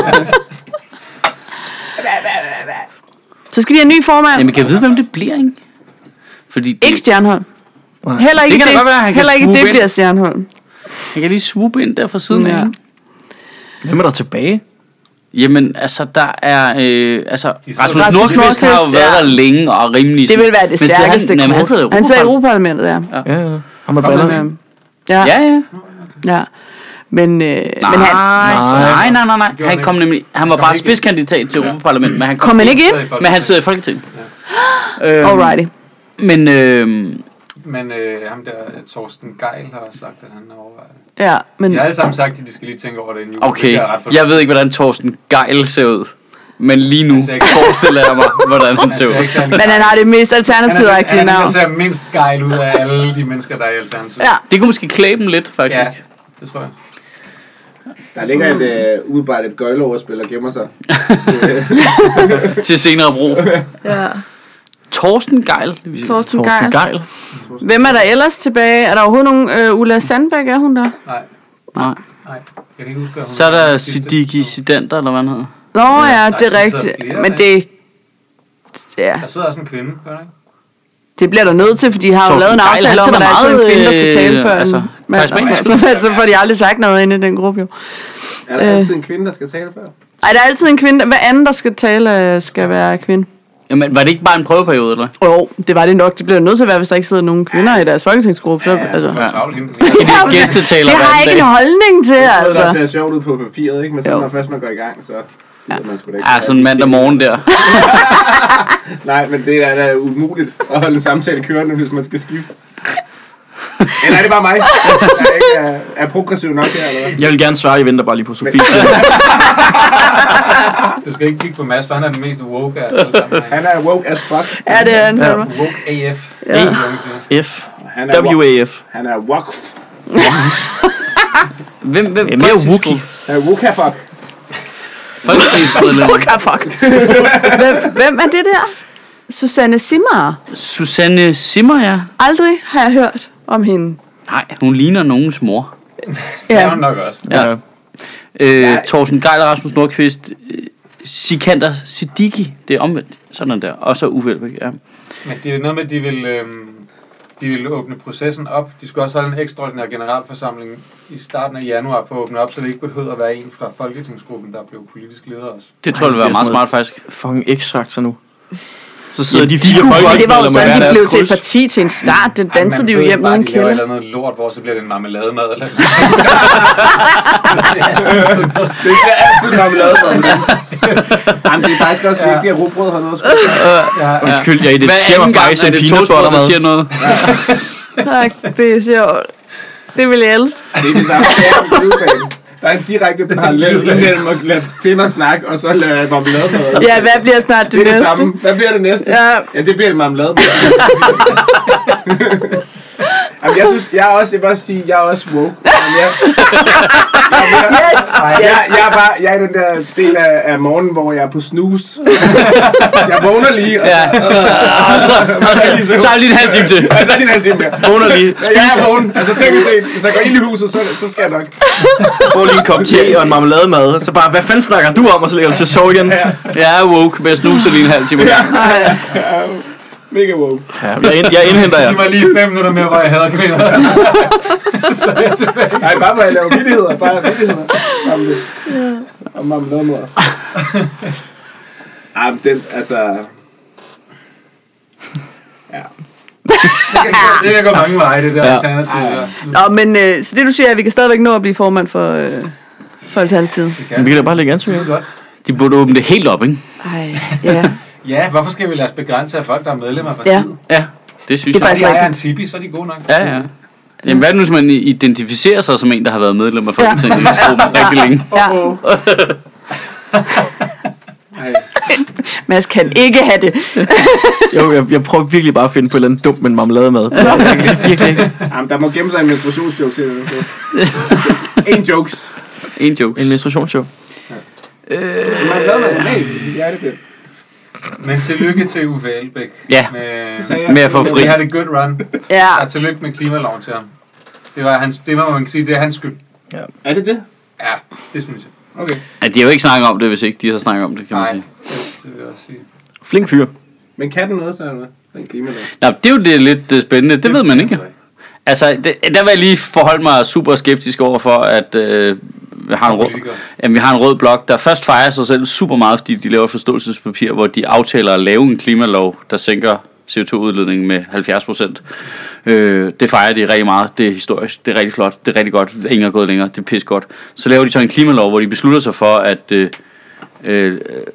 Speaker 2: Så skal de have en ny formand.
Speaker 1: Jamen, kan jeg vide, hvem det bliver, ikke? Fordi det,
Speaker 2: Ikke Stjernholm. Heller ikke
Speaker 1: Det kan
Speaker 2: det,
Speaker 1: da godt være, han kan
Speaker 2: heller ikke
Speaker 1: swoop
Speaker 2: det
Speaker 1: ind.
Speaker 2: bliver Stjernholm.
Speaker 1: jeg kan lige swoop ind der fra siden
Speaker 2: Ja.
Speaker 1: af.
Speaker 4: Hvem er der tilbage?
Speaker 1: Jamen, altså, der er... Øh, altså,
Speaker 5: De sidder-
Speaker 1: Rasmus
Speaker 2: Rasmus
Speaker 1: Nordqvist har jo
Speaker 2: Nordqvist,
Speaker 1: været
Speaker 2: ja.
Speaker 1: der længe og rimelig...
Speaker 2: Det vil være det
Speaker 1: Men sidder
Speaker 2: stærkeste
Speaker 1: han, jamen, han sidder i
Speaker 2: kort. Han sidder i
Speaker 1: Europaparlamentet.
Speaker 2: Europaparlamentet, ja.
Speaker 4: Ja, ja. Ham er
Speaker 2: Men,
Speaker 4: baller.
Speaker 2: øh, ja,
Speaker 1: Ja, ja.
Speaker 2: ja. Men, øh,
Speaker 1: Nej,
Speaker 2: men han,
Speaker 1: nej, nej, nej, nej.
Speaker 5: Gjorde
Speaker 1: Han
Speaker 5: han
Speaker 1: kom nemlig... Han var
Speaker 5: Kom
Speaker 1: bare
Speaker 5: ikke ind.
Speaker 1: spidskandidat til Europaparlamentet, men han kom,
Speaker 2: kom han ikke ind?
Speaker 1: men han sidder i Folketinget. Øhm,
Speaker 2: Alrighty.
Speaker 1: Men, øh,
Speaker 5: Men øh, ham der, Torsten Geil, har også sagt, at han overvejer det.
Speaker 2: Ja, men
Speaker 5: De har alle sammen sagt, at de skal lige tænke over det inden jul.
Speaker 1: okay,
Speaker 5: Det er ret for-
Speaker 1: jeg ved ikke, hvordan Torsten Geil ser ud. Men lige nu
Speaker 5: Han ser ikke-
Speaker 1: forestiller jeg mig, hvordan han ser
Speaker 5: Han ser
Speaker 1: ud.
Speaker 5: ikke særlig-
Speaker 2: men han har det mest
Speaker 5: han er, han
Speaker 2: alternativagtige
Speaker 5: er den,
Speaker 2: navn.
Speaker 5: der ser mindst gejl ud af alle de mennesker, der er i Alternativet.
Speaker 2: Ja,
Speaker 1: Det kunne måske klæde dem lidt, faktisk.
Speaker 5: Ja, det tror jeg.
Speaker 3: Der ligger et uh, udebart et gøjleoverspil og gemmer sig.
Speaker 1: Til senere brug.
Speaker 2: ja.
Speaker 1: Torsten Geil. det vil sige.
Speaker 2: Torsten
Speaker 4: Torsten
Speaker 2: Geil.
Speaker 4: Geil.
Speaker 2: Hvem er der ellers tilbage? Er der overhovedet nogen? Øh, Ulla Sandbæk, er hun der?
Speaker 5: Nej,
Speaker 1: Nej.
Speaker 5: nej. Jeg kan ikke huske, hvad hun
Speaker 1: Så er der
Speaker 5: sidste-
Speaker 1: Siddiqui Sidanter, eller hvad han hedder.
Speaker 2: Nå ja,
Speaker 5: der
Speaker 2: det er
Speaker 5: sidder
Speaker 2: rigtigt.
Speaker 5: flere,
Speaker 2: Men
Speaker 5: ikke?
Speaker 2: det... Ja,
Speaker 5: Der sidder også en kvinde, gør der ikke?
Speaker 2: det bliver der nødt til, for de har jo
Speaker 1: Torsten
Speaker 2: lavet en
Speaker 1: Geil,
Speaker 2: aftale
Speaker 1: han
Speaker 2: om, at der er
Speaker 1: sætter
Speaker 2: altid en kvinde, der skal
Speaker 1: meget,
Speaker 2: tale
Speaker 1: øh,
Speaker 2: før
Speaker 1: altså,
Speaker 2: en mand.
Speaker 1: karismatisk
Speaker 2: Så, så, så får de aldrig sagt noget inde i den gruppe jo.
Speaker 3: Er der altid en kvinde, der skal tale før?
Speaker 2: Ej, der er altid en kvinde. Hver anden, der skal tale, øh, skal være kvinde.
Speaker 1: Jamen, var det ikke bare en prøveperiode, eller?
Speaker 2: Jo, det var det nok. Det bliver nødt til at være, hvis der ikke sidder nogen kvinder i deres folketingsgruppe. Så, altså.
Speaker 5: For travlt hende.
Speaker 1: Skal de gæstetaler
Speaker 2: Det har jeg ikke en holdning til,
Speaker 3: Jeg tror, der
Speaker 2: altså.
Speaker 3: ser sjovt ud på papiret, ikke? Men så
Speaker 2: Jo.
Speaker 3: når først man går i gang, så...
Speaker 2: Ja.
Speaker 3: ved man sgu da ikke.
Speaker 1: Ja, sådan en mandag morgen der.
Speaker 3: Nej, men det er da umuligt at holde en samtale kørende, hvis man skal skifte. Eller er det bare mig? Jeg er, ikke, er, er progressiv nok her, eller hvad?
Speaker 4: Jeg vil gerne svare, jeg venter bare lige på Sofie.
Speaker 5: Du skal ikke kigge på Mads, for han er den mest woke af os alle sammen.
Speaker 3: Han er woke as fuck.
Speaker 2: Ja, det er han.
Speaker 4: Ja.
Speaker 2: Ja.
Speaker 5: Woke A F.
Speaker 2: Ja.
Speaker 4: F.
Speaker 3: Han er,
Speaker 4: W A F.
Speaker 3: han er wokf.
Speaker 1: Hvem, hvem?
Speaker 4: Ja, mere Wookie.
Speaker 3: Han er wokafuck.
Speaker 1: Folketingsmedlem.
Speaker 2: Okay, fuck. hvem, hvem er det der? Susanne Simmer.
Speaker 1: Susanne Simmer, ja.
Speaker 2: Aldrig har jeg hørt om hende.
Speaker 1: Nej, hun ligner nogens mor.
Speaker 5: Det er
Speaker 2: Ja.
Speaker 5: hun nok også.
Speaker 1: Ja. Øh, Torsten Geil og Rasmus Nordqvist. øh, Sikander Siddiqui. Det er omvendt. Sådan der. Og så Uffe Elbæk, ja.
Speaker 5: Men det er noget med, at de vil, øhm, de vil åbne processen op. De skal også holde en ekstraordinær generalforsamling i starten af januar for at åbne op, så det ikke behøver at være en fra folketingsgruppen, der blev politisk leder også.
Speaker 1: Det tror jeg vil være meget smart, faktisk.
Speaker 4: Fucking X-Factor nu. Så sidder
Speaker 1: Jamen,
Speaker 4: de fire
Speaker 2: Men det var jo
Speaker 4: folkemedlemmer
Speaker 2: sådan,
Speaker 4: hver
Speaker 2: de
Speaker 4: deres
Speaker 2: blev til et
Speaker 4: kryds.
Speaker 2: parti til en start. Den
Speaker 5: Ej,
Speaker 2: dansede
Speaker 5: man
Speaker 2: de jo
Speaker 5: ved
Speaker 2: hjem
Speaker 5: bare,
Speaker 2: uden
Speaker 5: de laver et
Speaker 2: kælder.
Speaker 5: eller andet lort, hvor så bliver det en marmelademad. Eller
Speaker 3: Det er altid marmelademad. Jamen, det er faktisk også vigtigt, at rugbrød har noget at spise.
Speaker 4: Undskyld, jeg
Speaker 1: Hvad
Speaker 4: identificerer
Speaker 1: anden
Speaker 4: mig
Speaker 1: gang
Speaker 4: faktisk
Speaker 1: er
Speaker 4: som
Speaker 1: det
Speaker 4: peanut
Speaker 1: toastbrød,
Speaker 4: butter
Speaker 1: der
Speaker 4: mad.
Speaker 1: siger noget?
Speaker 2: Tak, det er sjovt. Det vil jeg elske.
Speaker 3: Det er det samme. Det er en glidebane. Der er en direkte parallel imellem at lade kvinder snakke, og så lade marmelademad.
Speaker 2: Ja, hvad bliver snart det,
Speaker 3: Det er det
Speaker 2: næste?
Speaker 3: samme. Hvad bliver det næste?
Speaker 2: Ja.
Speaker 3: Ja, det bliver en marmelademad. Jamen, jeg synes, jeg er også, jeg vil også sige, jeg er også woke. Men jeg,
Speaker 2: Yes!
Speaker 3: jeg, jeg, er bare, jeg er i den der del af, af morgenen, hvor jeg er på snooze. Jeg vågner lige, og så,
Speaker 1: Ja. Og så, og så, så er lige en halv time til.
Speaker 3: og så er det en halv time mere.
Speaker 4: Vågner lige.
Speaker 3: Ja, jeg er vågen. Altså, tænk at se, hvis jeg går ind i huset, så, så skal jeg nok.
Speaker 4: Får lige en kop te og en marmelademad. Så bare, hvad fanden snakker du om? Og så ligger du til at sove igen.
Speaker 1: Jeg er woke med at snuse lige en halv time.
Speaker 3: Ja, jeg er mega woke.
Speaker 4: Ja, jeg, ind, jeg indhenter jer.
Speaker 5: Det var lige fem minutter mere, hvor jeg hader kvinder. Så er jeg tilbage.
Speaker 3: Nej, bare hvor jeg laver vittigheder. Bare vittigheder. Om det. Om marmelademad. Ej, men den, altså... Ja.
Speaker 5: Det kan gå mange veje, det der
Speaker 4: Ja.
Speaker 5: alternativ der.
Speaker 2: Nå, men øh, så det du siger, er, at vi kan stadigvæk nå at blive formand for, øh, for Alternativet.
Speaker 5: Det
Speaker 4: Men
Speaker 5: kan
Speaker 4: vi kan da bare lægge ansøgning.
Speaker 5: skide godt.
Speaker 1: De burde åbne det helt op, ikke?
Speaker 2: Ej, ja.
Speaker 5: Ja, hvorfor skal vi lade os begrænse af folk, der er medlemmer af
Speaker 2: Ja.
Speaker 5: partiet?
Speaker 1: Ja, det synes
Speaker 2: Det er
Speaker 1: jeg.
Speaker 2: faktisk
Speaker 5: Hvis jeg er en
Speaker 2: rigtigt.
Speaker 5: tipi, så er de gode nok.
Speaker 1: Ja, ja. Jamen, hvad er det nu, hvis man identificerer sig som en, der har været medlem af Folketinget ja. rigtig længe?
Speaker 2: Ja.
Speaker 3: Oh, oh.
Speaker 2: Mads kan ikke have det.
Speaker 4: Jo, jeg, jeg prøver virkelig bare at finde på et eller andet dumt med en marmelademad. Det er virkelig, virkelig ikke.
Speaker 3: Jamen, der må gemme sig en menstruationsjoke til det. En jokes.
Speaker 1: En jokes.
Speaker 4: En menstruationsshow.
Speaker 3: Øh, man lavede noget normalt. Ja, det
Speaker 5: Men tillykke til Uffe Elbæk.
Speaker 1: Ja.
Speaker 5: Med,
Speaker 1: Med at få fri.
Speaker 5: Vi har det good run.
Speaker 2: Ja.
Speaker 5: Og tillykke med klimaloven til ham. Det var hans, det må man sige, det er hans skyld.
Speaker 4: Ja.
Speaker 3: Er det det?
Speaker 5: Ja, det synes jeg.
Speaker 3: Okay.
Speaker 1: Ja, de har jo ikke snakket om det, hvis ikke de har snakket om det, kan man
Speaker 5: Nej,
Speaker 1: sige.
Speaker 5: det, det vil jeg også sige.
Speaker 4: Flink fyr.
Speaker 3: Men kan den noget, så er det den klimalov?
Speaker 1: Nå, det er jo det lidt uh, spændende. Det, det ved man ikke. Altså, det, der vil jeg lige forholde mig super skeptisk over for, at øh, vi, har en rød, jamen, vi har en rød blok, der først fejrer sig selv super meget, fordi de laver et forståelsespapir, hvor de aftaler at lave en klimalov, der sænker C O to udledningen med halvfjerds procent. Øh, det fejrer de rigtig meget. Det er historisk. Det er rigtig flot. Det er rigtig godt. Ingen er gået længere. Det er pisse godt. Så laver de så en klimalov, hvor de beslutter sig for, at øh, øh,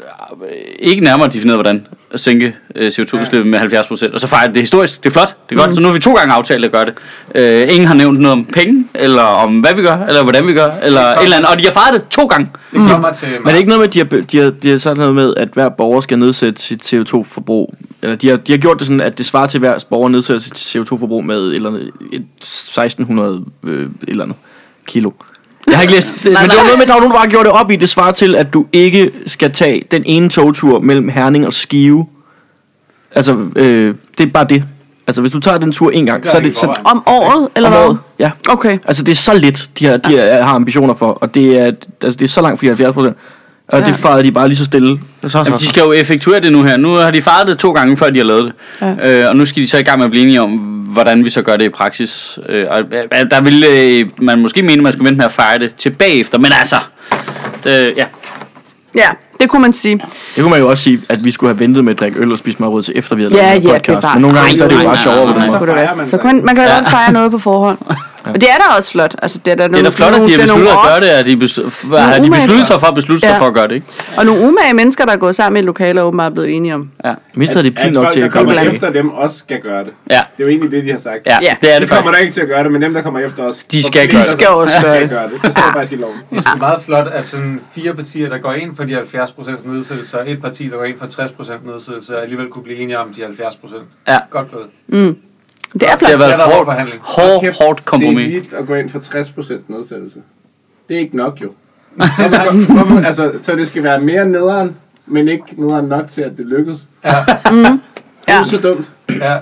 Speaker 1: ikke nærmere defineret, hvordan at sænke øh, C O to udslippet med halvfjerds procent. Og så fejrer det historisk. Det er flot. Det er godt. Mm. Så nu har vi to gange aftalt at gøre det. Øh, ingen har nævnt noget om penge, eller om hvad vi gør, eller hvordan vi gør, eller et eller andet. Og de har fejret det to gange.
Speaker 5: Det kommer mm. til
Speaker 4: Men det er ikke noget med, at de har, de har, de har sådan noget med, at hver borger skal nedsætte sit C O to forbrug. Eller de har, de har gjort det sådan, at det svarer til, at hver borger nedsætter sit C O to forbrug med et eller andet, et seksten hundrede øh, et eller andet kilo. Jeg har ikke læst det, men det var noget med, at der var nogen, der bare gjorde det op i. Det svarer til, at du ikke skal tage den ene togtur mellem Herning og Skive. Altså, øh, det er bare det. Altså, hvis du tager den tur en gang, så er det... Så,
Speaker 2: Om året, eller
Speaker 4: om
Speaker 2: hvad?
Speaker 4: året, ja.
Speaker 2: Okay.
Speaker 4: Altså, det er så lidt, de har, de har ambitioner for, og det er, altså, det er så langt for halvfjerds procent. Og ja. Det fejrede de bare lige så stille. Så, så,
Speaker 1: Jamen, de skal jo effektuere det nu her. Nu har de fejret det to gange, før de har lavet det. Ja. Øh, og nu skal de så i gang med at blive enige om, hvordan vi så gør det i praksis. Øh, og der ville øh, man måske mene, at man skulle vente med at fejre det til bagefter. Men altså, det, ja.
Speaker 2: Ja, det kunne man sige.
Speaker 4: Det kunne man jo også sige, at vi skulle have ventet med at drikke øl og spise marrød til efter vi havde
Speaker 2: Ja,
Speaker 4: lavet
Speaker 2: ja,
Speaker 4: en podcast.
Speaker 2: det er
Speaker 4: Men nogle gange
Speaker 2: nej,
Speaker 4: så er det jo
Speaker 1: nej,
Speaker 4: bare
Speaker 1: nej,
Speaker 4: sjovere
Speaker 1: nej,
Speaker 4: på den
Speaker 1: nej,
Speaker 4: måde.
Speaker 2: Så,
Speaker 3: fejrer man
Speaker 2: så
Speaker 3: det.
Speaker 2: kan man, man kan
Speaker 1: Ja.
Speaker 2: godt fejre noget på forhånd. Og det er da også flot. Altså, det er, der
Speaker 1: Det er da flot, at de har besluttet at gøre det, at de, beslu- har de besluttet sig for at beslutte sig
Speaker 2: Ja.
Speaker 1: for at gøre det, ikke?
Speaker 2: Og nogle umage mennesker, der er gået sammen i et lokale, og åbenbart er blevet enige om.
Speaker 1: Ja,
Speaker 4: Mindst havde de
Speaker 3: At
Speaker 4: pil nok
Speaker 3: folk,
Speaker 4: til
Speaker 3: der
Speaker 4: at komme
Speaker 3: kommer
Speaker 2: Blandt.
Speaker 3: efter dem, også skal gøre det.
Speaker 1: ja,
Speaker 3: Det er jo egentlig det, de har sagt.
Speaker 1: ja,
Speaker 2: Ja.
Speaker 1: det er
Speaker 3: De
Speaker 1: det
Speaker 3: kommer
Speaker 1: faktisk.
Speaker 3: der ikke til at gøre det, men dem, der kommer efter os...
Speaker 1: De skal
Speaker 3: forpligter
Speaker 1: gøre
Speaker 2: De
Speaker 3: sig
Speaker 2: skal også
Speaker 3: til
Speaker 2: gøre
Speaker 3: at
Speaker 2: det.
Speaker 3: gøre det. Det står faktisk i loven.
Speaker 5: Det er sgu meget flot, at sådan fire partier, der går ind for de halvfjerds procent nedsættelse, og et parti, der går ind for tres procent nedsættelse, alligevel kunne blive enige om de halvfjerds procent.
Speaker 1: Ja.
Speaker 5: Godt gået.
Speaker 2: Mm. Det er
Speaker 1: Det
Speaker 2: flot.
Speaker 1: har været
Speaker 5: Det har været
Speaker 1: hårdt,
Speaker 5: forhandling.
Speaker 1: hårdt,
Speaker 3: Kæft,
Speaker 1: hårdt
Speaker 3: Det
Speaker 1: kompromis.
Speaker 3: er vildt at gå ind for tres procent nedsættelse. Det er ikke nok, jo. Hvorfor, hvorfor, altså, så det skal være mere nederen, men ikke nederen nok til, at det lykkes.
Speaker 5: Ja,
Speaker 2: Mm.
Speaker 3: Det er
Speaker 2: Ja.
Speaker 3: jo så dumt.
Speaker 5: ja.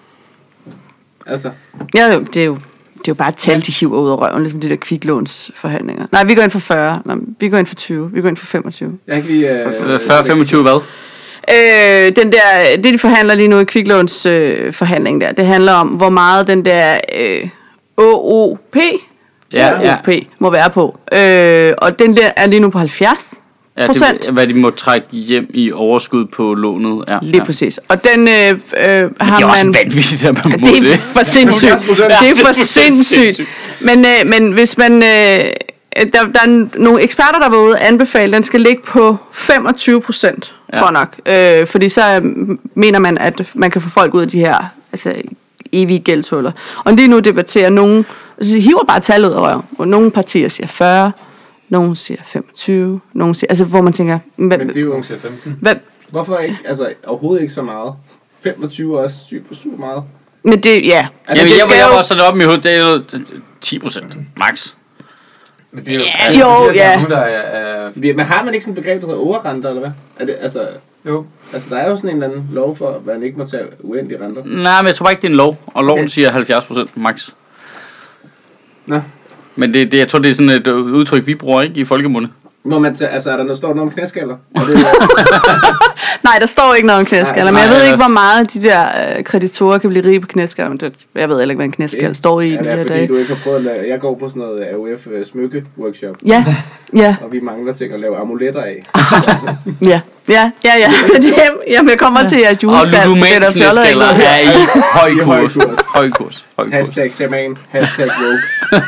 Speaker 3: Altså,
Speaker 2: Ja, jo, det er jo det er jo bare et tal, de hiver ud af røven, ligesom de der kviklånsforhandlinger. Nej, vi går ind for fyrre. Nej, vi går ind for tyve. Vi går ind for femogtyve.
Speaker 3: jeg kan lige... Øh,
Speaker 1: fyrre femogtyve hvad?
Speaker 2: Øh, den der, det de forhandler lige nu i kviklåns øh, forhandling der, det handler om, hvor meget den der øh, O O P,
Speaker 1: Ja, ja.
Speaker 2: O O P må være på. Øh, og den der er lige nu på halvfjerds
Speaker 1: Ja,
Speaker 2: procent.
Speaker 1: det, hvad de må trække hjem i overskud på lånet. Ja,
Speaker 2: Lige
Speaker 1: ja.
Speaker 2: præcis. Og den øh, øh, har
Speaker 1: Det er også
Speaker 2: man...
Speaker 1: vanvittigt, at man må
Speaker 2: Det er
Speaker 1: det.
Speaker 2: for sindssygt. Det er for sindssygt. Men, øh, men hvis man... Øh, der, der er nogle eksperter, der var ude og anbefale, den skal ligge på femogtyve procent,
Speaker 1: Ja.
Speaker 2: tror nok. Øh, fordi så øh, mener man, at man kan få folk ud af de her altså, evige gældshuller. Og lige nu debatterer nogen... Altså, de hiver bare tallet ud af røven. Og nogle partier siger fyrre, nogle siger femogtyve, nogle siger... Altså, hvor man tænker... Hvad,
Speaker 3: Men det er jo...
Speaker 5: Nogen siger femten.
Speaker 2: hvad,
Speaker 3: Hvorfor ikke? Altså, overhovedet ikke så meget. femogtyve er også sygt super meget.
Speaker 2: men det... Ja.
Speaker 3: Altså,
Speaker 1: Jamen,
Speaker 2: det
Speaker 1: jeg,
Speaker 2: skal
Speaker 1: jeg
Speaker 2: jo-
Speaker 1: var sådan op i hovedet, det er jo ti procent, max.
Speaker 5: Men det er jo...
Speaker 2: Ja,
Speaker 5: altså,
Speaker 2: jo,
Speaker 5: fordi, at der
Speaker 2: ja.
Speaker 5: er nogen, der er... er
Speaker 3: Fordi, men har man ikke sådan et begreb, der hedder overrenter, eller hvad? Er det, altså,
Speaker 5: jo.
Speaker 3: altså, der er jo sådan en eller anden lov for, at man ikke må tage uendelige renter.
Speaker 1: Nej, men jeg tror bare ikke, det er en lov. Og loven
Speaker 3: Okay.
Speaker 1: siger halvfjerds procent max.
Speaker 3: Nå.
Speaker 1: Men det, det, jeg tror, det er sådan et øh, udtryk, vi bruger ikke i folkemunde.
Speaker 3: Må man tage, altså, er der noget, står der noget om knæskaller? Er det,
Speaker 2: Nej, der står ikke noget om knæskaller, men
Speaker 1: Nej,
Speaker 2: jeg ved
Speaker 1: nej,
Speaker 2: ikke, hvor meget de der øh, kreditorer kan blive rige på knæskaller. Men det, jeg ved heller ikke, hvad en knæskal står i
Speaker 3: ja,
Speaker 2: de
Speaker 3: det er
Speaker 2: her
Speaker 3: fordi,
Speaker 2: dage.
Speaker 3: du ikke har prøvet at lave, jeg går på sådan noget A O F uh, smykke-workshop,
Speaker 2: Ja, ja,
Speaker 3: og vi mangler ting at lave amuletter af.
Speaker 2: ja, ja, ja, ja. Jamen, jeg kommer til jeres
Speaker 1: Og
Speaker 2: julesalg, så det er der fjollet ikke
Speaker 1: ludoman-knæskaller
Speaker 2: noget.
Speaker 1: er i høj
Speaker 3: I høj
Speaker 1: kurs.
Speaker 3: kurs.
Speaker 1: Høj kurs. Høj kurs.
Speaker 3: Hashtag shaman, hashtag woke.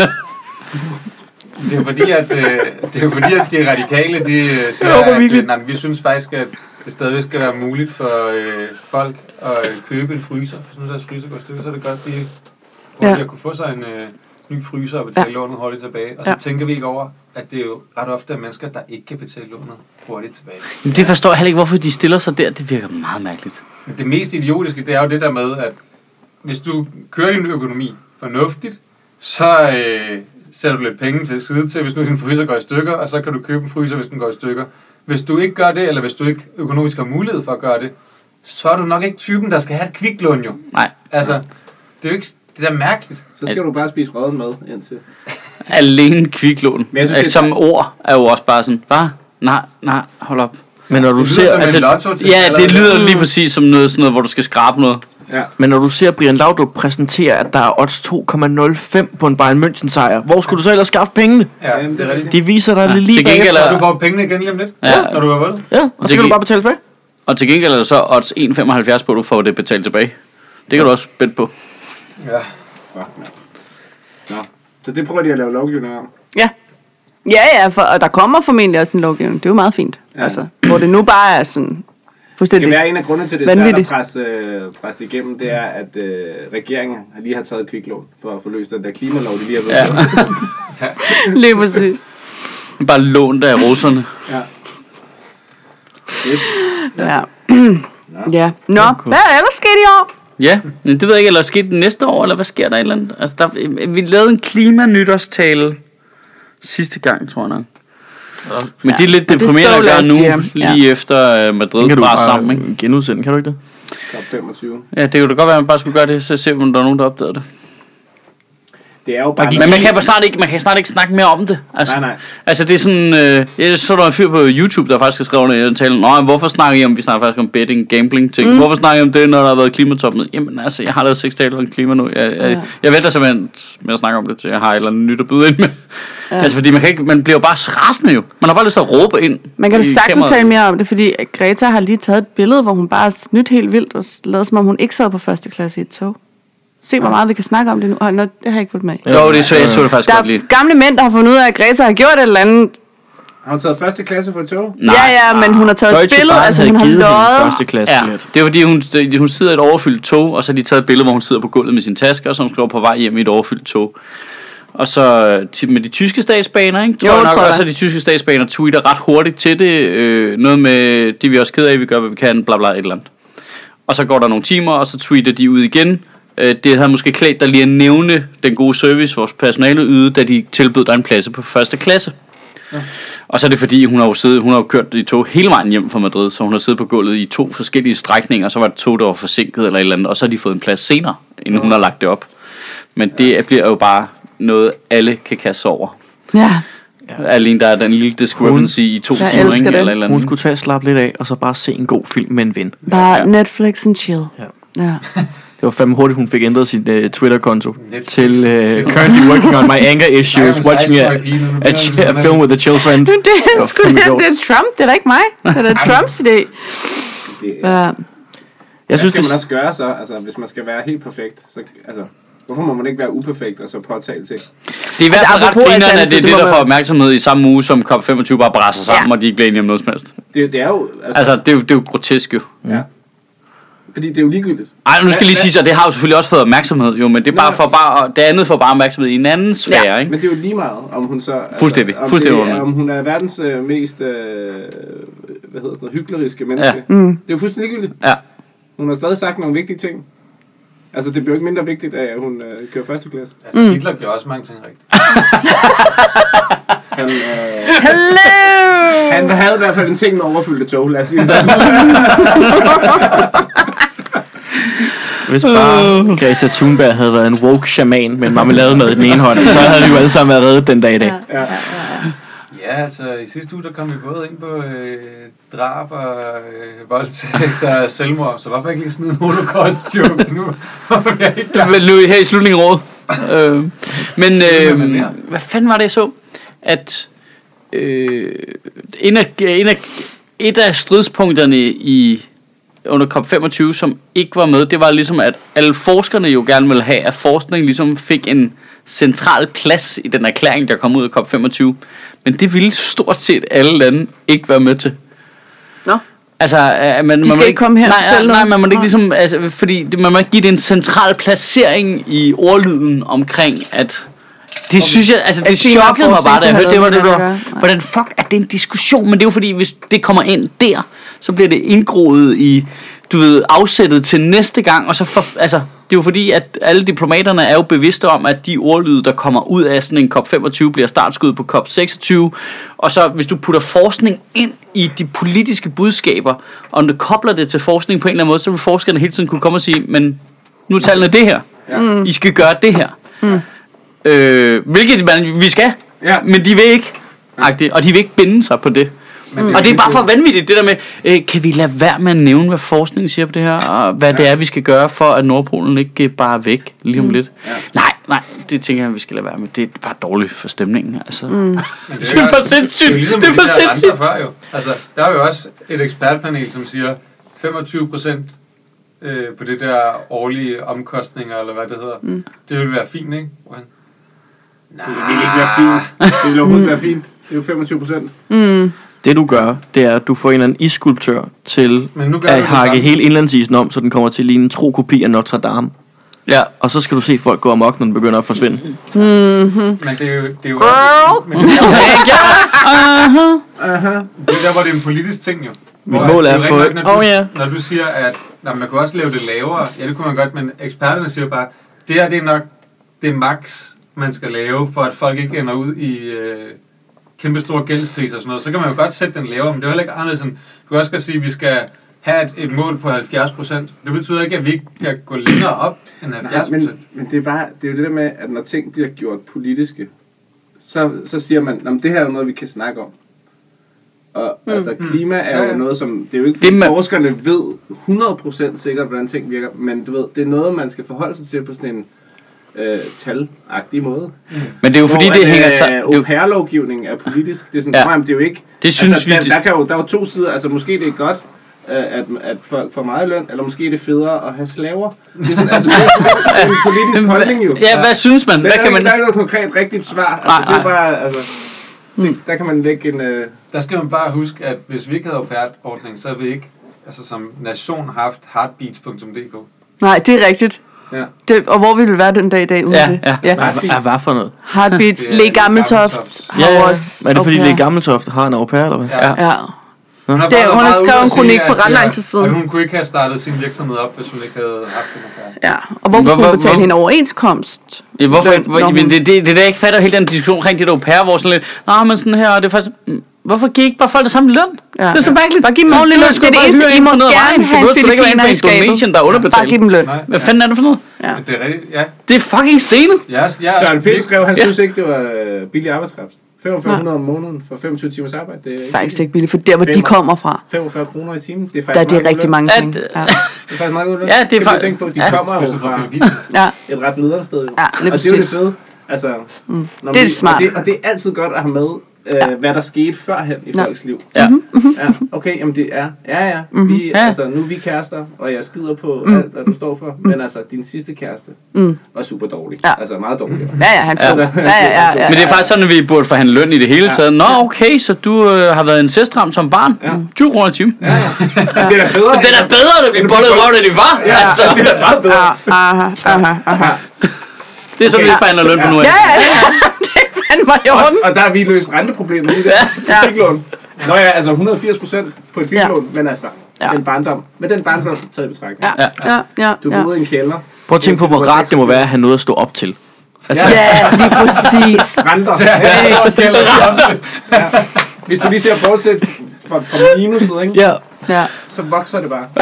Speaker 5: Det er jo fordi, at, øh, det er jo fordi, at de radikale, de øh, siger,
Speaker 2: håber
Speaker 5: at
Speaker 2: virkelig.
Speaker 5: øh, nej, vi synes faktisk, at det stadigvæk skal være muligt for øh, folk at øh, købe en fryser. Hvis nu deres fryser går i stykker, så er det godt, de hurtigt
Speaker 2: Ja.
Speaker 5: at kunne få sig en øh, ny fryser og betale
Speaker 2: Ja.
Speaker 5: lånet hurtigt tilbage. Og så
Speaker 2: Ja.
Speaker 5: tænker vi ikke over, at det er jo ret ofte er mennesker, der ikke kan betale lånet hurtigt tilbage.
Speaker 1: Men det forstår jeg heller ikke, hvorfor de stiller sig der. Det virker meget mærkeligt.
Speaker 5: Men det mest idiotiske, det er jo det der med, at hvis du kører din økonomi fornuftigt, så øh, sætter du lidt penge til side til, hvis nu din fryser går i stykker, og så kan du købe en fryser, hvis den går i stykker. Hvis du ikke gør det, eller hvis du ikke økonomisk har mulighed for at gøre det, så er du nok ikke typen, der skal have et kviklån jo.
Speaker 1: Nej.
Speaker 5: Altså, det er jo ikke, det er da mærkeligt.
Speaker 3: Så skal du bare spise røget mad indtil.
Speaker 1: Alene kviklån.
Speaker 3: Men jeg synes,
Speaker 1: Øh,
Speaker 3: det-
Speaker 1: Som ord er jo også bare sådan, hvad? Nej, nej, hold op.
Speaker 4: Men når du
Speaker 5: Det lyder
Speaker 4: ser,
Speaker 5: som
Speaker 4: altså,
Speaker 5: en lotto til
Speaker 1: Ja,
Speaker 5: allerede.
Speaker 1: det lyder lige præcis som noget, sådan noget, hvor du skal skrabe noget.
Speaker 3: Ja.
Speaker 4: men når du ser Brian Laudrup præsentere, at der er odds to komma nul fem på en Bayern München sejr, hvor skulle du så ellers skaffe pengene?
Speaker 5: Ja, det er rigtigt.
Speaker 4: De viser dig
Speaker 1: Ja,
Speaker 4: det lige
Speaker 1: til gengæld
Speaker 4: bagefter.
Speaker 1: er-
Speaker 5: Og du får pengene igen lige om lidt,
Speaker 1: Ja.
Speaker 5: når du har vundet.
Speaker 4: Ja, og så
Speaker 1: Det
Speaker 4: kan du
Speaker 1: gi-
Speaker 4: bare betale tilbage.
Speaker 1: Og til gengæld er der så odds en komma femoghalvfjerds på, at du får det betalt tilbage. Det kan du også bette på.
Speaker 5: Ja.
Speaker 3: Fuck, man. Nå. Så det prøver de at lave lovgivning om.
Speaker 2: Ja. Ja, ja, for, og der kommer formentlig også en lovgivning. Det er jo meget fint.
Speaker 3: Ja.
Speaker 2: Ja. Altså, hvor det nu bare er sådan
Speaker 3: Det kan
Speaker 2: fuldstændig...
Speaker 3: være en af grundene til, det er svært at
Speaker 2: Vanvittigt.
Speaker 3: presse, øh, presse det igennem, det er, at øh, regeringen lige har taget kviklån for at få løst den der klimalov, de lige har vedtaget.
Speaker 1: Ja.
Speaker 2: Lige præcis.
Speaker 1: Bare lånt af russerne.
Speaker 3: Ja. Fedt.
Speaker 2: Ja. Ja. Nå, hvad er ellers sket i år?
Speaker 1: Ja, men det ved jeg ikke, eller sker det næste år, eller hvad sker der et eller andet? Altså, der, vi lavede en klimanytårstale sidste gang, tror jeg nok. Men det er lidt
Speaker 2: det
Speaker 1: deprimerende
Speaker 2: så
Speaker 1: at gøre
Speaker 2: last
Speaker 1: nu,
Speaker 2: year.
Speaker 1: lige
Speaker 2: Ja.
Speaker 1: efter uh, Madrid
Speaker 4: Den kan du
Speaker 1: brænder
Speaker 4: bare
Speaker 1: sammen, ikke?
Speaker 4: genudsende, kan du ikke det?
Speaker 3: Top femogtyve.
Speaker 1: Ja, det kunne da godt være, at man bare skulle gøre det, så se, om der er nogen, der opdager det.
Speaker 3: Det er jo bare...
Speaker 1: Men man kan, bare snart ikke, man kan snart ikke snakke mere om det. Altså,
Speaker 3: Nej, nej.
Speaker 1: altså det er sådan, øh, jeg så der var en fyr på YouTube, der faktisk har skrevet noget i den tale, Nå, hvorfor snakker I om, vi snakker faktisk om betting, gambling ting, mm. hvorfor snakker I om det, når der har været klimatopmøde? Jamen altså, jeg har lavet seks taler om klima nu, jeg, jeg,
Speaker 2: Ja.
Speaker 1: jeg venter simpelthen med at snakke om det, til jeg har et eller andet nyt at byde ind med. Ja. Altså fordi man kan ikke, man bliver jo bare rasende jo, man har bare lyst til at råbe ind.
Speaker 2: Man kan da
Speaker 1: i
Speaker 2: sagtens
Speaker 1: kameraet.
Speaker 2: tale mere om det, fordi Greta har lige taget et billede, hvor hun bare er snydt helt vildt, og lavet som om hun ikke sad på første klasse i et tog. Se, hvor meget vi kan snakke om det nu. Hold, nå, det har jeg ikke fulgt med i.
Speaker 1: Jo, det er så, jeg så det faktisk
Speaker 2: Der
Speaker 1: godt lige.
Speaker 2: er gamle mænd, der har fundet ud af, at Greta har gjort et eller andet.
Speaker 3: Har hun taget første klasse på et tog?
Speaker 1: Nej.
Speaker 2: Ja, ja, men hun har taget et
Speaker 4: Deutsche
Speaker 2: billede,
Speaker 4: Bahn
Speaker 2: altså
Speaker 4: havde
Speaker 2: hun har
Speaker 4: givet hende
Speaker 2: løjet.
Speaker 4: første klasse
Speaker 1: Ja,
Speaker 4: billet.
Speaker 1: det er fordi, hun, hun sidder i et overfyldt tog, og så har de taget et billede, hvor hun sidder på gulvet med sin taske, og så hun skriver på vej hjem i et overfyldt tog. Og så øh, ti- med de tyske statsbaner, ikke? Tror
Speaker 2: Jo,
Speaker 1: jeg nok
Speaker 2: tror jeg.
Speaker 1: også, at de tyske statsbaner tweeter ret hurtigt til det. Øh, noget med, det er vi også ked af, vi gør, hvad vi kan, bla bla, et eller andet. Og så går der nogle timer, og så tweeter de ud igen. Øh, det havde måske klædt dig lige at nævne den gode service, vores personale ydede, da de tilbød dig en plads på første klasse. Ja. Og så er det fordi, hun har jo, siddet, hun har jo kørt i tog hele vejen hjem fra Madrid, så hun har siddet på gulvet i to forskellige strækninger, så var det tog, der var forsinket eller et eller andet, og så har de fået en plads senere, inden hun har lagt det op. Men det bliver jo bare noget, alle kan kaste sig over.
Speaker 2: Ja,
Speaker 1: Alene der er den lille discrepancy i to
Speaker 2: Jeg
Speaker 1: timer,
Speaker 2: elsker
Speaker 1: ikke?
Speaker 2: det.
Speaker 1: Eller et eller
Speaker 4: Hun
Speaker 1: andet.
Speaker 4: skulle tage og slappe lidt af, og så bare se en god film med en ven.
Speaker 2: bare
Speaker 1: Ja.
Speaker 2: Netflix and chill.
Speaker 4: Ja.
Speaker 2: Ja.
Speaker 4: Det var fandme hurtigt, hun fik ændret sin uh, Twitter-konto
Speaker 5: Netflix.
Speaker 4: til uh, currently working on my anger issues, watching a, a, ch- a film with a chill friend.
Speaker 2: Men det er
Speaker 4: var
Speaker 2: sgu
Speaker 4: fandme
Speaker 2: det,
Speaker 4: sjovt.
Speaker 2: det er Trump, det er da ikke mig. Det er da Trumps idé.
Speaker 3: Det,
Speaker 2: Ja.
Speaker 4: Jeg
Speaker 3: Hvad
Speaker 4: synes,
Speaker 3: skal
Speaker 4: det,
Speaker 3: man også gøre så? Altså, hvis man skal være helt perfekt, så... Altså, hvorfor må man ikke være uperfekt og så påtale ting?
Speaker 1: Det er i hvert
Speaker 2: Altså,
Speaker 1: fald ret
Speaker 2: apropos
Speaker 1: grineren, at
Speaker 2: alternativet,
Speaker 1: det er
Speaker 2: det
Speaker 1: det,
Speaker 2: må
Speaker 1: der
Speaker 2: man-
Speaker 1: får opmærksomhed i samme uge, som COP femogtyve bare brænder sammen,
Speaker 2: Ja.
Speaker 1: og de ikke bliver enige om noget som helst.
Speaker 3: Det, det er jo... Altså,
Speaker 1: Altså, det er jo, det er jo grotesk jo.
Speaker 3: ja. Fordi det er jo ligegyldigt.
Speaker 1: Ej, nu skal jeg lige
Speaker 3: Hvad-
Speaker 1: sige, at det har jo selvfølgelig også fået opmærksomhed, jo, men det er bare for bare, det andet får bare opmærksomhed i en anden sfære,
Speaker 2: Ja.
Speaker 1: ikke?
Speaker 3: Men det er jo lige meget, om hun så... Altså,
Speaker 1: Fuldstændig.
Speaker 3: Om,
Speaker 1: Fuldstændig
Speaker 3: det, er-
Speaker 1: underligt.
Speaker 3: om hun er verdens øh, mest, øh, hvad hedder sådan noget, hykleriske menneske.
Speaker 1: Ja.
Speaker 2: Mm.
Speaker 3: Det er jo fuldstændig ligegyldigt.
Speaker 1: Ja.
Speaker 3: Hun har stadig sagt nogle vigtige ting. Altså, det bliver jo ikke mindre vigtigt, af, at hun øh, kører første klasse.
Speaker 5: Altså, Hitler gjorde også mange ting rigtigt.
Speaker 3: Han, øh,
Speaker 2: Hello!
Speaker 3: han havde i hvert fald en ting med overfyldte tog, lad os sige det sådan.
Speaker 4: hvis bare Greta Thunberg havde været en woke shaman med en marmelade med i den ene hånd, så havde vi jo alle sammen været reddet den dag i dag.
Speaker 3: Ja.
Speaker 5: Ja, altså i sidste uge, der kom vi både ind på øh, drab og øh, voldtægt og selvmord, så hvorfor ikke lige smide en holocaust-joke nu? Hvorfor er jeg ikke klar?
Speaker 1: Men nu er I her i slutningen af året. øh, men
Speaker 5: Hvad
Speaker 1: øh,
Speaker 5: mere?
Speaker 1: hvad fanden var det, jeg så? At øh, en af, en af, et af stridspunkterne i under COP femogtyve, som ikke var med, det var ligesom, at alle forskerne jo gerne ville have, at forskning ligesom fik en central plads i den erklæring, der kom ud af COP femogtyve. Men det ville stort set alle lande ikke være med til.
Speaker 2: Nå.
Speaker 1: Altså, uh, man,
Speaker 2: De skal
Speaker 1: man
Speaker 2: ikke komme her og
Speaker 1: nej,
Speaker 2: fortælle
Speaker 1: nej,
Speaker 2: noget.
Speaker 1: nej, man må ikke
Speaker 2: Nej.
Speaker 1: ligesom, altså, fordi det, man må ikke give det en central placering i ordlyden omkring, at det synes jeg, altså det
Speaker 2: At klima og
Speaker 1: chokkede mig bare, da jeg
Speaker 2: forskning
Speaker 1: hørte det, var
Speaker 2: har
Speaker 1: det,
Speaker 2: noget med
Speaker 1: var,
Speaker 2: det at gøre.
Speaker 1: hvordan fuck er det en diskussion, men det er jo fordi, hvis det kommer ind der, så bliver det indgroet i, du ved, afsættet til næste gang, og så for, altså, det er jo fordi, at alle diplomaterne er jo bevidste om, at de ordlyde, der kommer ud af sådan en COP femogtyve, bliver startskud på COP seksogtyve, og så hvis du putter forskning ind i de politiske budskaber, og du kobler det til forskning på en eller anden måde, så vil forskerne hele tiden kunne komme og sige, men nu er tallene det her,
Speaker 3: Ja.
Speaker 1: I skal gøre det her. Mm. Øh, hvilket man, vi skal,
Speaker 3: Ja.
Speaker 1: men de vil ikke, agtigt, og de vil ikke binde sig på det.
Speaker 3: Men
Speaker 1: Og det er bare for vanvittigt, det der med, øh, kan vi lade være med at nævne, hvad forskningen siger på det her, og hvad ja. det er, vi skal gøre, for at Nordpolen ikke er bare væk lige om mm. lidt.
Speaker 3: Ja.
Speaker 1: Nej, nej, det tænker jeg, vi skal lade være med. Det er bare dårligt for stemningen, altså. Mm.
Speaker 5: Men
Speaker 1: Det er for sindssygt.
Speaker 5: Det er, ligesom
Speaker 1: Det er for
Speaker 5: de der
Speaker 1: sindssygt.
Speaker 5: andre før jo. Altså, der er jo også et ekspertpanel, som siger femogtyve procent øh, på det der årlige omkostninger, eller hvad det hedder. Mm. Det vil være fint, ikke? Hvordan?
Speaker 3: Det vil ikke være fint. Det vil overhovedet være fint. Det er jo femogtyve procent.
Speaker 2: Mm.
Speaker 4: Det du gør, det er, at du får en eller anden isskulptør til
Speaker 5: Men nu gør
Speaker 4: at
Speaker 5: du det
Speaker 4: hakke
Speaker 5: samme.
Speaker 4: hele indlandsisen om, så den kommer til at ligne en tro kopi af Notre Dame.
Speaker 1: Ja.
Speaker 4: Og så skal du se folk gå amok, når den begynder at forsvinde.
Speaker 5: Men det er jo, det er jo også, men det, er,
Speaker 1: Uh-huh.
Speaker 5: det er der, hvor det er en politisk ting jo.
Speaker 4: Mit
Speaker 5: Hvor
Speaker 4: mål er
Speaker 5: det
Speaker 4: at
Speaker 5: jo
Speaker 4: få-
Speaker 5: rigtig nok, når, du,
Speaker 4: Åh, ja.
Speaker 5: når du siger, at nej, man kan også lave det lavere. Ja, det kunne man godt, men eksperterne siger bare, det her det er nok det max, man skal lave, for at folk ikke ender ud i øh, kæmpe store gældskriser og sådan noget. Så kan man jo godt sætte den lavere, men det er heller ikke anderledes end, du kan også godt sige, at vi skal have et, et mål på halvfjerds procent. Det betyder ikke, at vi ikke kan gå længere op end halvfjerds
Speaker 3: Nej,
Speaker 5: procent.
Speaker 3: men, men det er bare det er jo det der med, at når ting bliver gjort politiske, så, så siger man, at det her er jo noget, vi kan snakke om. Og mm. altså, klima er jo
Speaker 5: Ja, ja.
Speaker 3: noget, som... Det er jo ikke,
Speaker 1: Det
Speaker 3: det
Speaker 1: man-
Speaker 3: forskerne ved hundrede procent sikkert, hvordan ting virker, men du ved, det er noget, man skal forholde sig til på sådan en øh, talagtig måde.
Speaker 1: Men det er jo fordi,
Speaker 3: Hvor
Speaker 1: det
Speaker 3: at,
Speaker 1: hænger
Speaker 3: øh,
Speaker 1: sammen.
Speaker 3: au pair-lovgivningen er politisk. Det er sådan,
Speaker 1: Ja.
Speaker 3: ja. nej, men det er jo ikke...
Speaker 1: Det synes
Speaker 3: altså,
Speaker 1: vi-
Speaker 3: Der, der, kan jo, der er jo to sider. Altså, måske det er godt, øh, at, at folk får meget løn, eller måske er det federe at have slaver. Det er sådan, altså, det er en politisk holdning jo.
Speaker 1: Ja, hvad synes man?
Speaker 3: Der
Speaker 1: Hvad
Speaker 3: er,
Speaker 1: kan
Speaker 3: ikke,
Speaker 1: man...
Speaker 3: der er ikke noget konkret rigtigt svar. Altså,
Speaker 1: Nej,
Speaker 3: det er
Speaker 1: nej.
Speaker 3: bare, altså, det, der kan man lægge en... Øh,
Speaker 5: Der skal man bare huske, at hvis vi ikke havde au pair-ordning, så havde vi ikke altså, som nation haft heartbeats punktum d k.
Speaker 2: Nej, det er rigtigt.
Speaker 3: ja.
Speaker 2: Det, og hvor vi vil være den dag i dag uden
Speaker 1: Ja,
Speaker 2: det.
Speaker 1: ja.
Speaker 2: ja.
Speaker 4: Hvad er hvad for noget?
Speaker 2: Heartbeats,
Speaker 5: Det er
Speaker 2: Le Gammeltoft
Speaker 5: Gammeltoft.
Speaker 2: har
Speaker 1: Ja, ja.
Speaker 2: også
Speaker 4: Er det fordi,
Speaker 2: au
Speaker 4: det
Speaker 2: pair.
Speaker 4: er Gammeltoft, der har en au pair, eller hvad?
Speaker 1: Ja.
Speaker 2: Ja.
Speaker 5: Hun har,
Speaker 2: Det-
Speaker 5: bare
Speaker 2: hun har
Speaker 5: været
Speaker 2: skrevet
Speaker 5: ude
Speaker 2: en
Speaker 5: at sige,
Speaker 2: kronik for
Speaker 5: at,
Speaker 2: ret
Speaker 5: øh,
Speaker 2: lang tid siden.
Speaker 5: At hun kunne ikke have startet sin virksomhed op, hvis hun ikke havde haft en au pair.
Speaker 2: Ja, og hvorfor
Speaker 1: Hvor-
Speaker 2: skulle man
Speaker 1: hvor-
Speaker 2: betale
Speaker 1: hvor-
Speaker 2: hende overenskomst?
Speaker 1: Ja, hvorfor,
Speaker 2: Løn,
Speaker 1: hvor,
Speaker 2: når
Speaker 1: men
Speaker 2: hun-
Speaker 1: det, det, det er der, jeg ikke fatter hele den diskussion omkring det der au pair, hvor sådan lidt, nej, men sådan her, og det er faktisk, mm, hvorfor giver I ikke bare folk det samme løn?
Speaker 2: Ja.
Speaker 1: Det er så mærkeligt.
Speaker 2: Bare giv dem ordentlig løn.
Speaker 1: Du
Speaker 2: Det er det
Speaker 1: bare
Speaker 2: eneste,
Speaker 1: hyre
Speaker 2: I
Speaker 1: en
Speaker 2: må
Speaker 1: fra ned ad vejen.
Speaker 2: gerne
Speaker 1: Det
Speaker 2: have en
Speaker 1: behøver sgu da ikke være en
Speaker 2: filipiner
Speaker 1: fra
Speaker 2: i skabet.
Speaker 1: Indonesien, der er
Speaker 2: Bare
Speaker 1: underbetalt.
Speaker 2: giv dem løn.
Speaker 5: Nej.
Speaker 1: Hvad fanden er det for noget?
Speaker 2: Ja.
Speaker 5: Men det er rigtigt, ja.
Speaker 1: Det er fucking stenet.
Speaker 5: Jeg, er- jeg, er
Speaker 3: Søren Pind skrev, han
Speaker 1: Ja.
Speaker 3: synes ikke, det var øh, billig arbejdskraft. femogfyrre hundrede om måneden for femogtyve timers arbejde. Det er ikke
Speaker 2: Faktisk ikke billigt, for der hvor de
Speaker 3: Femmer.
Speaker 2: kommer fra,
Speaker 3: femogfyrre kroner i timen. Det er faktisk
Speaker 2: der er det
Speaker 3: meget god
Speaker 2: rigtig
Speaker 3: løn.
Speaker 2: mange
Speaker 1: Ja,
Speaker 2: penge.
Speaker 1: det-
Speaker 2: Ja,
Speaker 3: Det er faktisk meget god løn.
Speaker 1: Ja, det er
Speaker 3: kan du
Speaker 1: faktisk-
Speaker 3: tænke på, de
Speaker 1: ja.
Speaker 3: kommer
Speaker 5: hvis
Speaker 3: jo
Speaker 5: du får
Speaker 3: fra
Speaker 5: Filippinerne.
Speaker 2: ja.
Speaker 3: et ret nederen sted. Jo.
Speaker 2: Ja, lige
Speaker 3: og det er jo det
Speaker 2: præcis.
Speaker 3: fede. Altså,
Speaker 2: Mm.
Speaker 3: når
Speaker 2: Det er
Speaker 3: vi-
Speaker 2: smart.
Speaker 3: Og det, og det er altid godt at have med, øh,
Speaker 2: Ja.
Speaker 3: hvad der skete førhen i
Speaker 2: Ja.
Speaker 3: folks liv.
Speaker 1: Ja.
Speaker 3: Ja, okay, jamen det er, ja ja,
Speaker 2: Mhm.
Speaker 3: vi,
Speaker 1: Ja.
Speaker 3: altså nu er vi kærester, og jeg skider på
Speaker 2: Mm.
Speaker 3: alt, hvad du står for, men altså, din sidste kæreste
Speaker 2: Mm.
Speaker 3: var super dårlig,
Speaker 2: Ja.
Speaker 3: altså meget dårlig.
Speaker 2: Ja, ja, han stod.
Speaker 3: Ja.
Speaker 2: Ja, ja, ja, ja.
Speaker 1: Men det er faktisk sådan, at vi burde forhandle løn i det hele
Speaker 3: Ja.
Speaker 1: taget. Nå, okay, så du øh, har været incestram som barn.
Speaker 3: Ja.
Speaker 1: tyve kroner i timen.
Speaker 3: Ja, ja. Det er da bedre.
Speaker 1: Det er da bedre, at vi
Speaker 3: End-
Speaker 1: bollede røven, end de var.
Speaker 3: Ja,
Speaker 1: Altså,
Speaker 3: det er da meget bedre.
Speaker 2: Ja, aha, aha, aha.
Speaker 1: det er sådan, vi
Speaker 3: Okay.
Speaker 1: forhandler løn på nu af.
Speaker 2: Ja, ja, ja. Det er fandme i
Speaker 3: Også,
Speaker 2: orden.
Speaker 3: og der har vi løst renteproblemet i det.
Speaker 2: Ja.
Speaker 3: Kviklån. Nå ja, altså hundrede og firs procent på et kviklån, men altså,
Speaker 2: Ja.
Speaker 3: den barndom, med den barndom taget i betragtning.
Speaker 2: Ja, ja, ja,
Speaker 3: Du
Speaker 2: ja.
Speaker 3: boede i en kælder.
Speaker 4: Prøv at tænke på, hvor rart det må være at have noget at stå op til. Altså,
Speaker 2: Ja, lige præcis.
Speaker 3: Renter. Ja. Hvis du lige ser bortset fra, fra minuset, ikke?
Speaker 4: ja.
Speaker 2: Ja.
Speaker 3: Så vokser det bare.
Speaker 1: Det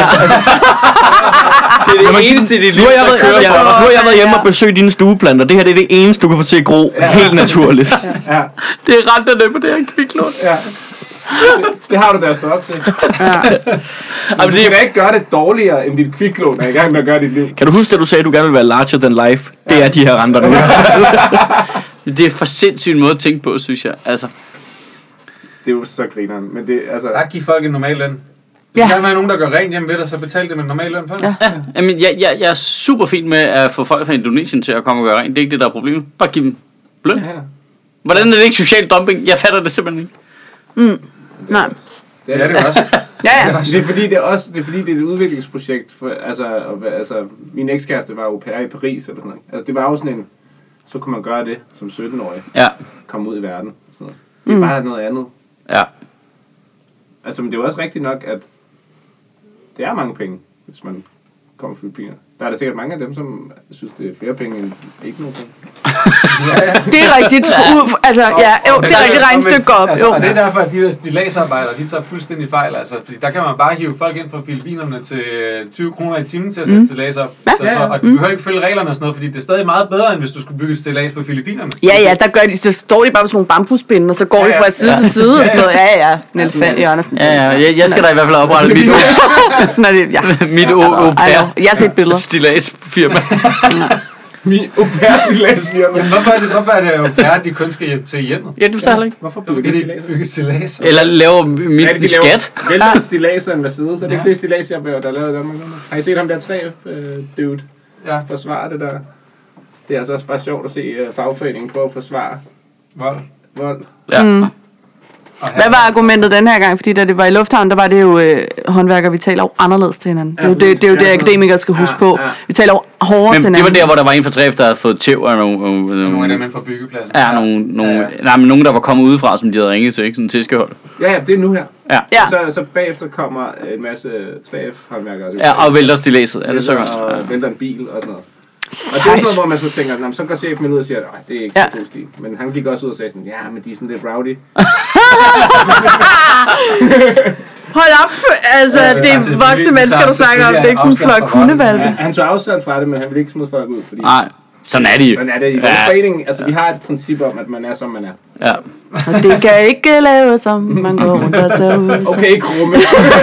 Speaker 1: er det eneste i dit
Speaker 4: Nu
Speaker 1: liv,
Speaker 4: har jeg
Speaker 1: der
Speaker 4: været,
Speaker 1: kører
Speaker 4: jeg,
Speaker 1: for dig.
Speaker 4: nu har jeg været hjemme og besøgt dine stueplanter. Det her det er det eneste, du kan få til at gro helt naturligt.
Speaker 3: Ja,
Speaker 1: Det er renterne på det her kviklån.
Speaker 3: ja. Det, det har du da at stå op til.
Speaker 2: Ja.
Speaker 3: Men du kan da ikke gøre det dårligere, end dit kviklån er i gang med at gøre dit liv.
Speaker 4: Kan du huske, at du sagde, at du gerne vil være larger than life? Det er de her renter nu.
Speaker 1: Det er for sindssygt en måde at tænke på, synes jeg. Altså,
Speaker 3: Det er jo så grineren, men det altså...
Speaker 5: Bare giv folk en normal løn. Hvis
Speaker 2: Ja.
Speaker 5: der er nogen, der gør rent hjemme ved dig, så betal det med en normal løn for det.
Speaker 2: Ja.
Speaker 1: ja, jamen, jeg, jeg, jeg er super fint med at få folk fra Indonesien til at komme og gøre rent. Det er ikke det, der er problemet. Bare giv dem løn.
Speaker 3: Ja,
Speaker 1: Hvordan er det ikke social dumping? Jeg fatter det simpelthen ikke.
Speaker 2: Mm. Nej.
Speaker 3: det
Speaker 5: Det er det jo også.
Speaker 2: Ja, ja.
Speaker 3: Det er fordi, det er også det er, fordi, det er et udviklingsprojekt. For, altså, og, altså, min ekskæreste var au pair i Paris, eller sådan noget. Altså, det var jo sådan en... Så kunne man gøre det som sytten-årig.
Speaker 1: Ja.
Speaker 3: Komme ud i verden. Sådan noget. Det er mm. bare noget andet.
Speaker 1: Ja.
Speaker 3: Altså, men det er jo også rigtigt nok, at det er mange penge, hvis man kommer fra Filippinerne. Der er der sikkert mange af dem, som synes, det er flere penge end ikke nogen penge.
Speaker 5: Ja, ja.
Speaker 2: Det er rigtigt. U- altså, ja, jo, det er rigtigt regnestykke op.
Speaker 5: Altså,
Speaker 2: Jo.
Speaker 5: og det er derfor, at de der stilladsarbejdere, de tager fuldstændig fejl. Altså, fordi der kan man bare hive folk ind fra Filippinerne til tyve kroner i timen til at sætte mm. stillads op.
Speaker 2: Ja.
Speaker 5: Ja, og du behøver ikke følge reglerne og sådan noget, fordi det er stadig meget bedre, end hvis du skulle bygge et stillads på Filippinerne.
Speaker 2: Ja, ja, der gør de, der står de bare på sådan nogle bambuspinde, og så går
Speaker 5: Ja,
Speaker 2: de
Speaker 5: ja.
Speaker 2: fra side til side og sådan noget. Ja, ja, en elefant i Andersen.
Speaker 1: Ja, ja, jeg, jeg skal da i hvert fald oprette mit,
Speaker 2: Sådan er det, ja.
Speaker 1: mit au
Speaker 2: I know.
Speaker 1: pair
Speaker 2: Jeg har set billeder.
Speaker 1: stilladsfirma.
Speaker 3: Min au pair-stilladsfirma.
Speaker 5: Men hvorfor er det, hvorfor er det jo bare, at de kun skal hjem til hjemmet?
Speaker 1: Ja, du starter ikke.
Speaker 3: Hvorfor
Speaker 5: Hvorfor
Speaker 3: bygger
Speaker 5: kan
Speaker 3: de
Speaker 5: de
Speaker 3: stillads?
Speaker 5: bygge stillads?
Speaker 1: Eller laver mit
Speaker 3: Hvad er det, de
Speaker 1: skat.
Speaker 3: laver? Vælter et stillads og en Mercedes, er det ikke det stillads, jeg der er lavet i Danmark? Har I set ham der tre F-dude
Speaker 5: Ja,
Speaker 3: forsvare det der? Det er altså også bare sjovt at se uh, fagforeningen prøve at forsvare
Speaker 5: vold.
Speaker 3: vold.
Speaker 1: Ja.
Speaker 2: Mm.
Speaker 5: Og
Speaker 2: Hvad var argumentet den her gang? Fordi da det var i lufthavn, der var det jo øh, håndværkere, vi taler jo anderledes til hinanden. Det er jo det, det, er jo det akademikere skal huske på. Vi taler jo hårdere
Speaker 1: Men
Speaker 2: til
Speaker 1: det
Speaker 2: hinanden.
Speaker 1: var der, hvor der var en fra tre F, der havde fået tæv af nogle... nogle,
Speaker 5: nogle af
Speaker 1: nogle
Speaker 5: dem inden for byggepladsen.
Speaker 1: ja, nogle, nogle,
Speaker 5: Ja, ja.
Speaker 1: nej, men nogen, der var kommet udefra, som de havde ringet til, ikke? Sådan en tiskehold.
Speaker 3: Ja, ja, det er nu her.
Speaker 1: Ja.
Speaker 2: Ja.
Speaker 3: Så, så bagefter kommer en masse tre F-håndværkere.
Speaker 1: Ja, og vælter stilæset. Er det så godt?
Speaker 3: Og vælter en bil og sådan noget. Og det er
Speaker 2: Sejt.
Speaker 3: sådan noget, hvor man så tænker, "Nå, så går chefen ud og siger, nej, det er ikke
Speaker 2: Ja.
Speaker 3: ja. så stil. Men han gik også ud og sagde sådan, ja, men de er sådan lidt rowdy.
Speaker 2: Hold op! Altså,
Speaker 5: Ja,
Speaker 2: det
Speaker 5: altså,
Speaker 2: er voksne
Speaker 5: selvfølgelig-
Speaker 2: mennesker, du snakker om. Det er ikke sådan en flok
Speaker 5: afstand fra
Speaker 2: hundevalpe.
Speaker 3: Ja, han tog afstand fra det, men han ville ikke smide folk ud. Fordi
Speaker 1: Nej, sådan er de jo.
Speaker 3: sådan er det i vores
Speaker 1: Ja.
Speaker 3: forening. Altså, vi har et princip om, at man er, som man er.
Speaker 1: Ja.
Speaker 2: Og det kan ikke lave, som man går rundt og ser ud. som.
Speaker 3: Okay, Krumme.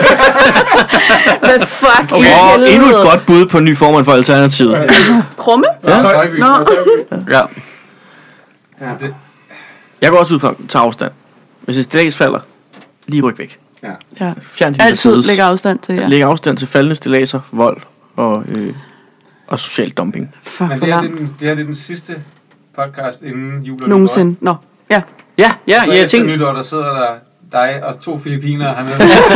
Speaker 2: Hvad fuck
Speaker 1: Okay.
Speaker 2: i
Speaker 4: Og
Speaker 2: helvede?
Speaker 4: endnu et godt bud på en ny formand for Alternativet.
Speaker 2: Krumme?
Speaker 5: Ja. Så er vi.
Speaker 2: Nå.
Speaker 1: Ja.
Speaker 3: Ja.
Speaker 5: Det,
Speaker 4: Jeg går også ud fra at tage afstand. Hvis et stillads falder, lige ryk væk.
Speaker 3: Ja.
Speaker 2: Ja.
Speaker 4: Fjern din
Speaker 2: Altid
Speaker 4: Mercedes.
Speaker 2: lægger afstand til, ja.
Speaker 4: Læg afstand til faldende stilladser, vold og, øh, og social dumping.
Speaker 2: Fuck,
Speaker 5: men
Speaker 2: for
Speaker 5: det, er, det,
Speaker 2: langt.
Speaker 5: er den, det her det er den sidste podcast inden jul og
Speaker 2: Nogensinde. Nå, ja.
Speaker 1: Ja, ja,
Speaker 5: nytår. Så
Speaker 1: jeg
Speaker 5: efter
Speaker 1: tænkte...
Speaker 5: nytår, der sidder der dig og to filippinere hernede.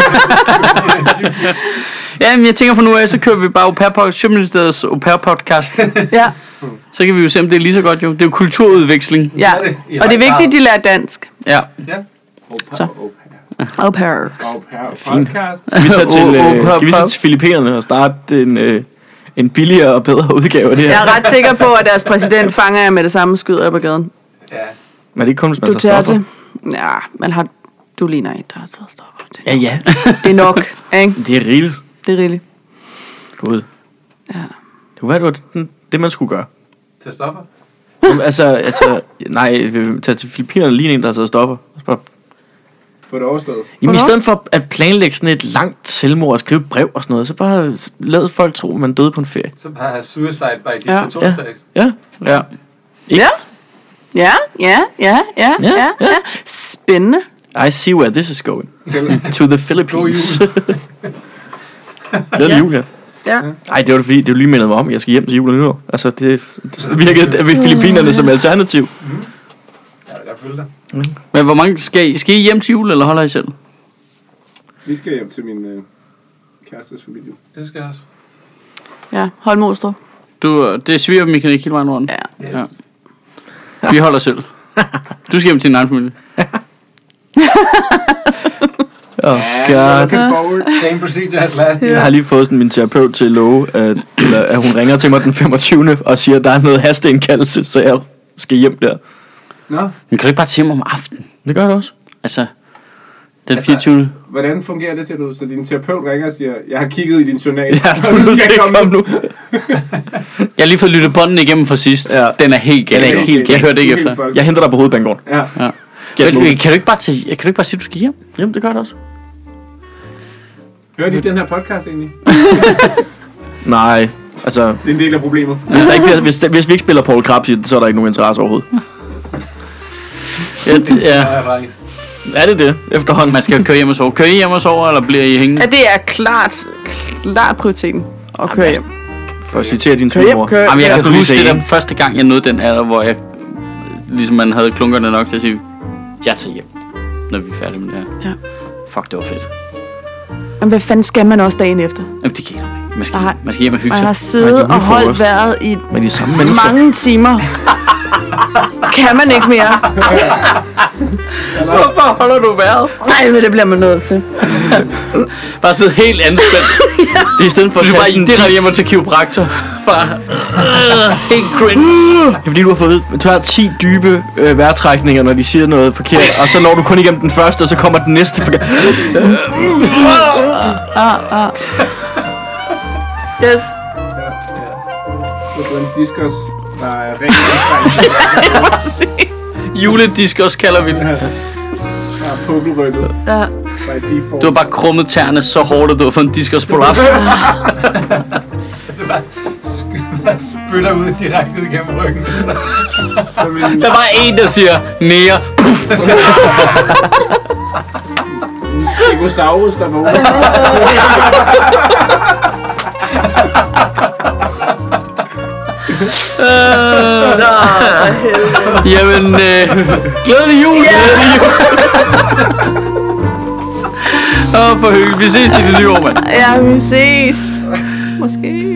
Speaker 1: Ja, men jeg tænker for nu af, så kører vi bare au pair podcast, Sjøtministeriets au pair podcast.
Speaker 2: Ja,
Speaker 1: Så kan vi jo se, om det er lige så godt jo. Det er jo kulturudveksling.
Speaker 2: ja.
Speaker 5: er det i
Speaker 2: Og det er
Speaker 5: høj
Speaker 2: vigtigt, de lærer dansk.
Speaker 1: Ja.
Speaker 5: Ja.
Speaker 3: Au pair,
Speaker 2: Så.
Speaker 3: au pair.
Speaker 2: Au pair.
Speaker 3: Au pair podcast.
Speaker 4: Skal vi tage til,
Speaker 1: Åh, åh,
Speaker 4: øh,
Speaker 1: pop,
Speaker 4: skal vi tage
Speaker 1: pop.
Speaker 4: til Filippinerne og starte en, øh, en billigere og bedre udgave af det her?
Speaker 2: Jeg er ret sikker på, at deres præsident fanger jer med det samme skyder på gaden.
Speaker 5: Ja.
Speaker 4: Men det ikke kun, hvis man
Speaker 2: Du
Speaker 4: tager
Speaker 2: tager
Speaker 4: stoffer?
Speaker 2: til. Ja, man har... Du ligner en, der har taget stoffer.
Speaker 4: Ja, ja.
Speaker 2: Det er nok, ikke?
Speaker 4: Det er rigeligt.
Speaker 2: Det er rigeligt.
Speaker 4: Gud.
Speaker 2: Ja.
Speaker 4: Det kunne være, det var det, det man skulle gøre.
Speaker 5: Til stoffer.
Speaker 4: Jamen, altså, altså, nej, tage til Filippinerne lige en, der har taget stoffer. Og så bare-
Speaker 3: Få det overstået.
Speaker 4: Jamen, i
Speaker 2: Hvornår?
Speaker 4: stedet for at planlægge sådan et langt selvmord og skrive brev og sådan noget, så bare lad folk tro, at man døde på en ferie.
Speaker 5: Så bare have suicide by
Speaker 2: Ja.
Speaker 5: diktatorstat.
Speaker 4: Ja.
Speaker 1: Ja.
Speaker 2: Ja. Ja, ja, ja, ja,
Speaker 4: Ja,
Speaker 2: ja,
Speaker 4: ja.
Speaker 2: ja. Spændende.
Speaker 4: I see where this is going. To the Philippines.
Speaker 5: God
Speaker 4: Det er jul, ja.
Speaker 2: Ja.
Speaker 4: Ej, det var det fordi, det var lige mindet mig om, at jeg skal hjem til jul og nytår. Altså, det, det virkede ved Filippinerne som alternativ.
Speaker 5: Ja, jeg følger dig.
Speaker 1: Men hvor mange skal I, skal I hjem til jul, eller holder I selv?
Speaker 3: Vi skal hjem til min øh, kærestes familie.
Speaker 5: Det skal jeg også.
Speaker 2: Ja, hold Mostrup.
Speaker 1: Du, det sviger mekanik hele vejen rundt.
Speaker 2: Ja.
Speaker 5: Yes.
Speaker 1: Ja. Vi holder selv. Du skal hjem til din egen familie.
Speaker 4: Oh,
Speaker 3: Ja,
Speaker 4: God.
Speaker 3: looking forward.
Speaker 5: Same procedure as last
Speaker 4: Jeg
Speaker 5: year.
Speaker 4: har lige fået sådan min terapeut til at love, at, eller, at hun ringer til mig den femogtyvende og siger, at der er noget hasteindkaldelse, så jeg skal hjem der.
Speaker 3: Nå,
Speaker 1: Men kan du ikke bare tage hjem om aftenen?
Speaker 4: Det gør det også.
Speaker 1: Altså, den
Speaker 3: Altså,
Speaker 1: fireogtyvende
Speaker 3: hvordan fungerer det, siger du? Så din terapeut ringer og siger, jeg har kigget i din journal.
Speaker 4: Ja,
Speaker 3: og du skal komme
Speaker 4: kom
Speaker 3: nu.
Speaker 4: nu.
Speaker 1: Jeg har lige fået lyttet bånden igennem fra sidst.
Speaker 4: Ja.
Speaker 1: Den er helt galt.
Speaker 4: Den er helt
Speaker 1: Jeg
Speaker 4: galt.
Speaker 1: hørte ikke
Speaker 3: Du er helt
Speaker 1: efter.
Speaker 3: fucked.
Speaker 4: Jeg henter dig på Hovedbanegården.
Speaker 3: Ja.
Speaker 1: Ja.
Speaker 4: Get
Speaker 1: Men,
Speaker 4: moving.
Speaker 1: kan du ikke bare tage, kan du ikke bare sige, at du skal hjem?
Speaker 4: Jamen, det gør det også.
Speaker 3: Hører de den her podcast egentlig?
Speaker 4: Nej, altså,
Speaker 3: Det er en del af problemet.
Speaker 4: hvis, der ikke, bliver- hvis, der, hvis vi ikke spiller Paul Krabs i den, så er der ikke nogen interesse overhovedet.
Speaker 1: Ja, det, ja.
Speaker 5: Ja, faktisk.
Speaker 4: Er det det, efterhånden?
Speaker 1: Man skal jo køre hjem og sove. Kører I hjem og sover, eller bliver I hængende?
Speaker 2: Ja, det er klart, klart prioriteten at køre hjem.
Speaker 4: For at citere din
Speaker 2: Kør hjem,
Speaker 4: tvivlmor.
Speaker 2: kør
Speaker 1: Jamen, jeg
Speaker 4: lad
Speaker 1: kan
Speaker 4: os nu lige
Speaker 1: huske
Speaker 4: se
Speaker 1: det
Speaker 4: en.
Speaker 1: der første gang, jeg nåede den alder, hvor jeg, ligesom man havde klunkerne nok til at sige, jeg tager hjem, når vi er færdige med det her.
Speaker 2: Ja.
Speaker 1: Fuck, det var fedt.
Speaker 2: Men hvad fanden skal man også dagen efter?
Speaker 1: Jamen, det kan man ikke. Man skal,
Speaker 2: Nej.
Speaker 1: man skal hjem og hygge
Speaker 2: Man
Speaker 1: sig.
Speaker 2: har siddet og holdt vejret i
Speaker 4: med de samme mennesker.
Speaker 2: mange timer. Kan man ikke mere?
Speaker 1: Hvorfor holder du vejret?
Speaker 2: Nej, men det bliver man nødt til.
Speaker 1: Bare sidde helt anspændt.
Speaker 4: Det er i stedet for
Speaker 1: Du
Speaker 4: at
Speaker 1: skal bare
Speaker 4: tage sådan,
Speaker 1: det rette hjem og til kiropraktor. Bare øh, helt cringe.
Speaker 4: det er fordi du har fået du tager ti dybe øh, vejrtrækninger, når de siger noget forkert, og så når du kun igennem den første, og så kommer den næste forkert.
Speaker 2: Ah, ah. Yes.
Speaker 3: Du har fået en diskus, der er rent
Speaker 1: Julediskus kalder vi den.
Speaker 3: Der er pukkelrykket.
Speaker 2: Ja.
Speaker 3: By default.
Speaker 1: Du har bare krummet tæerne så hårdt, at du har fået en diskus prolaps.
Speaker 5: Det bare sk- spytter ud direkte ud gennem ryggen.
Speaker 3: Som en,
Speaker 1: Der er bare en, der siger nære.
Speaker 3: en stegosaurus, der vågner.
Speaker 1: Jamen, øh, glædelig jul. Glædelig jul. Åh, for hyggeligt. Vi ses i det nye år, mand.
Speaker 2: Ja, vi ses. Måske.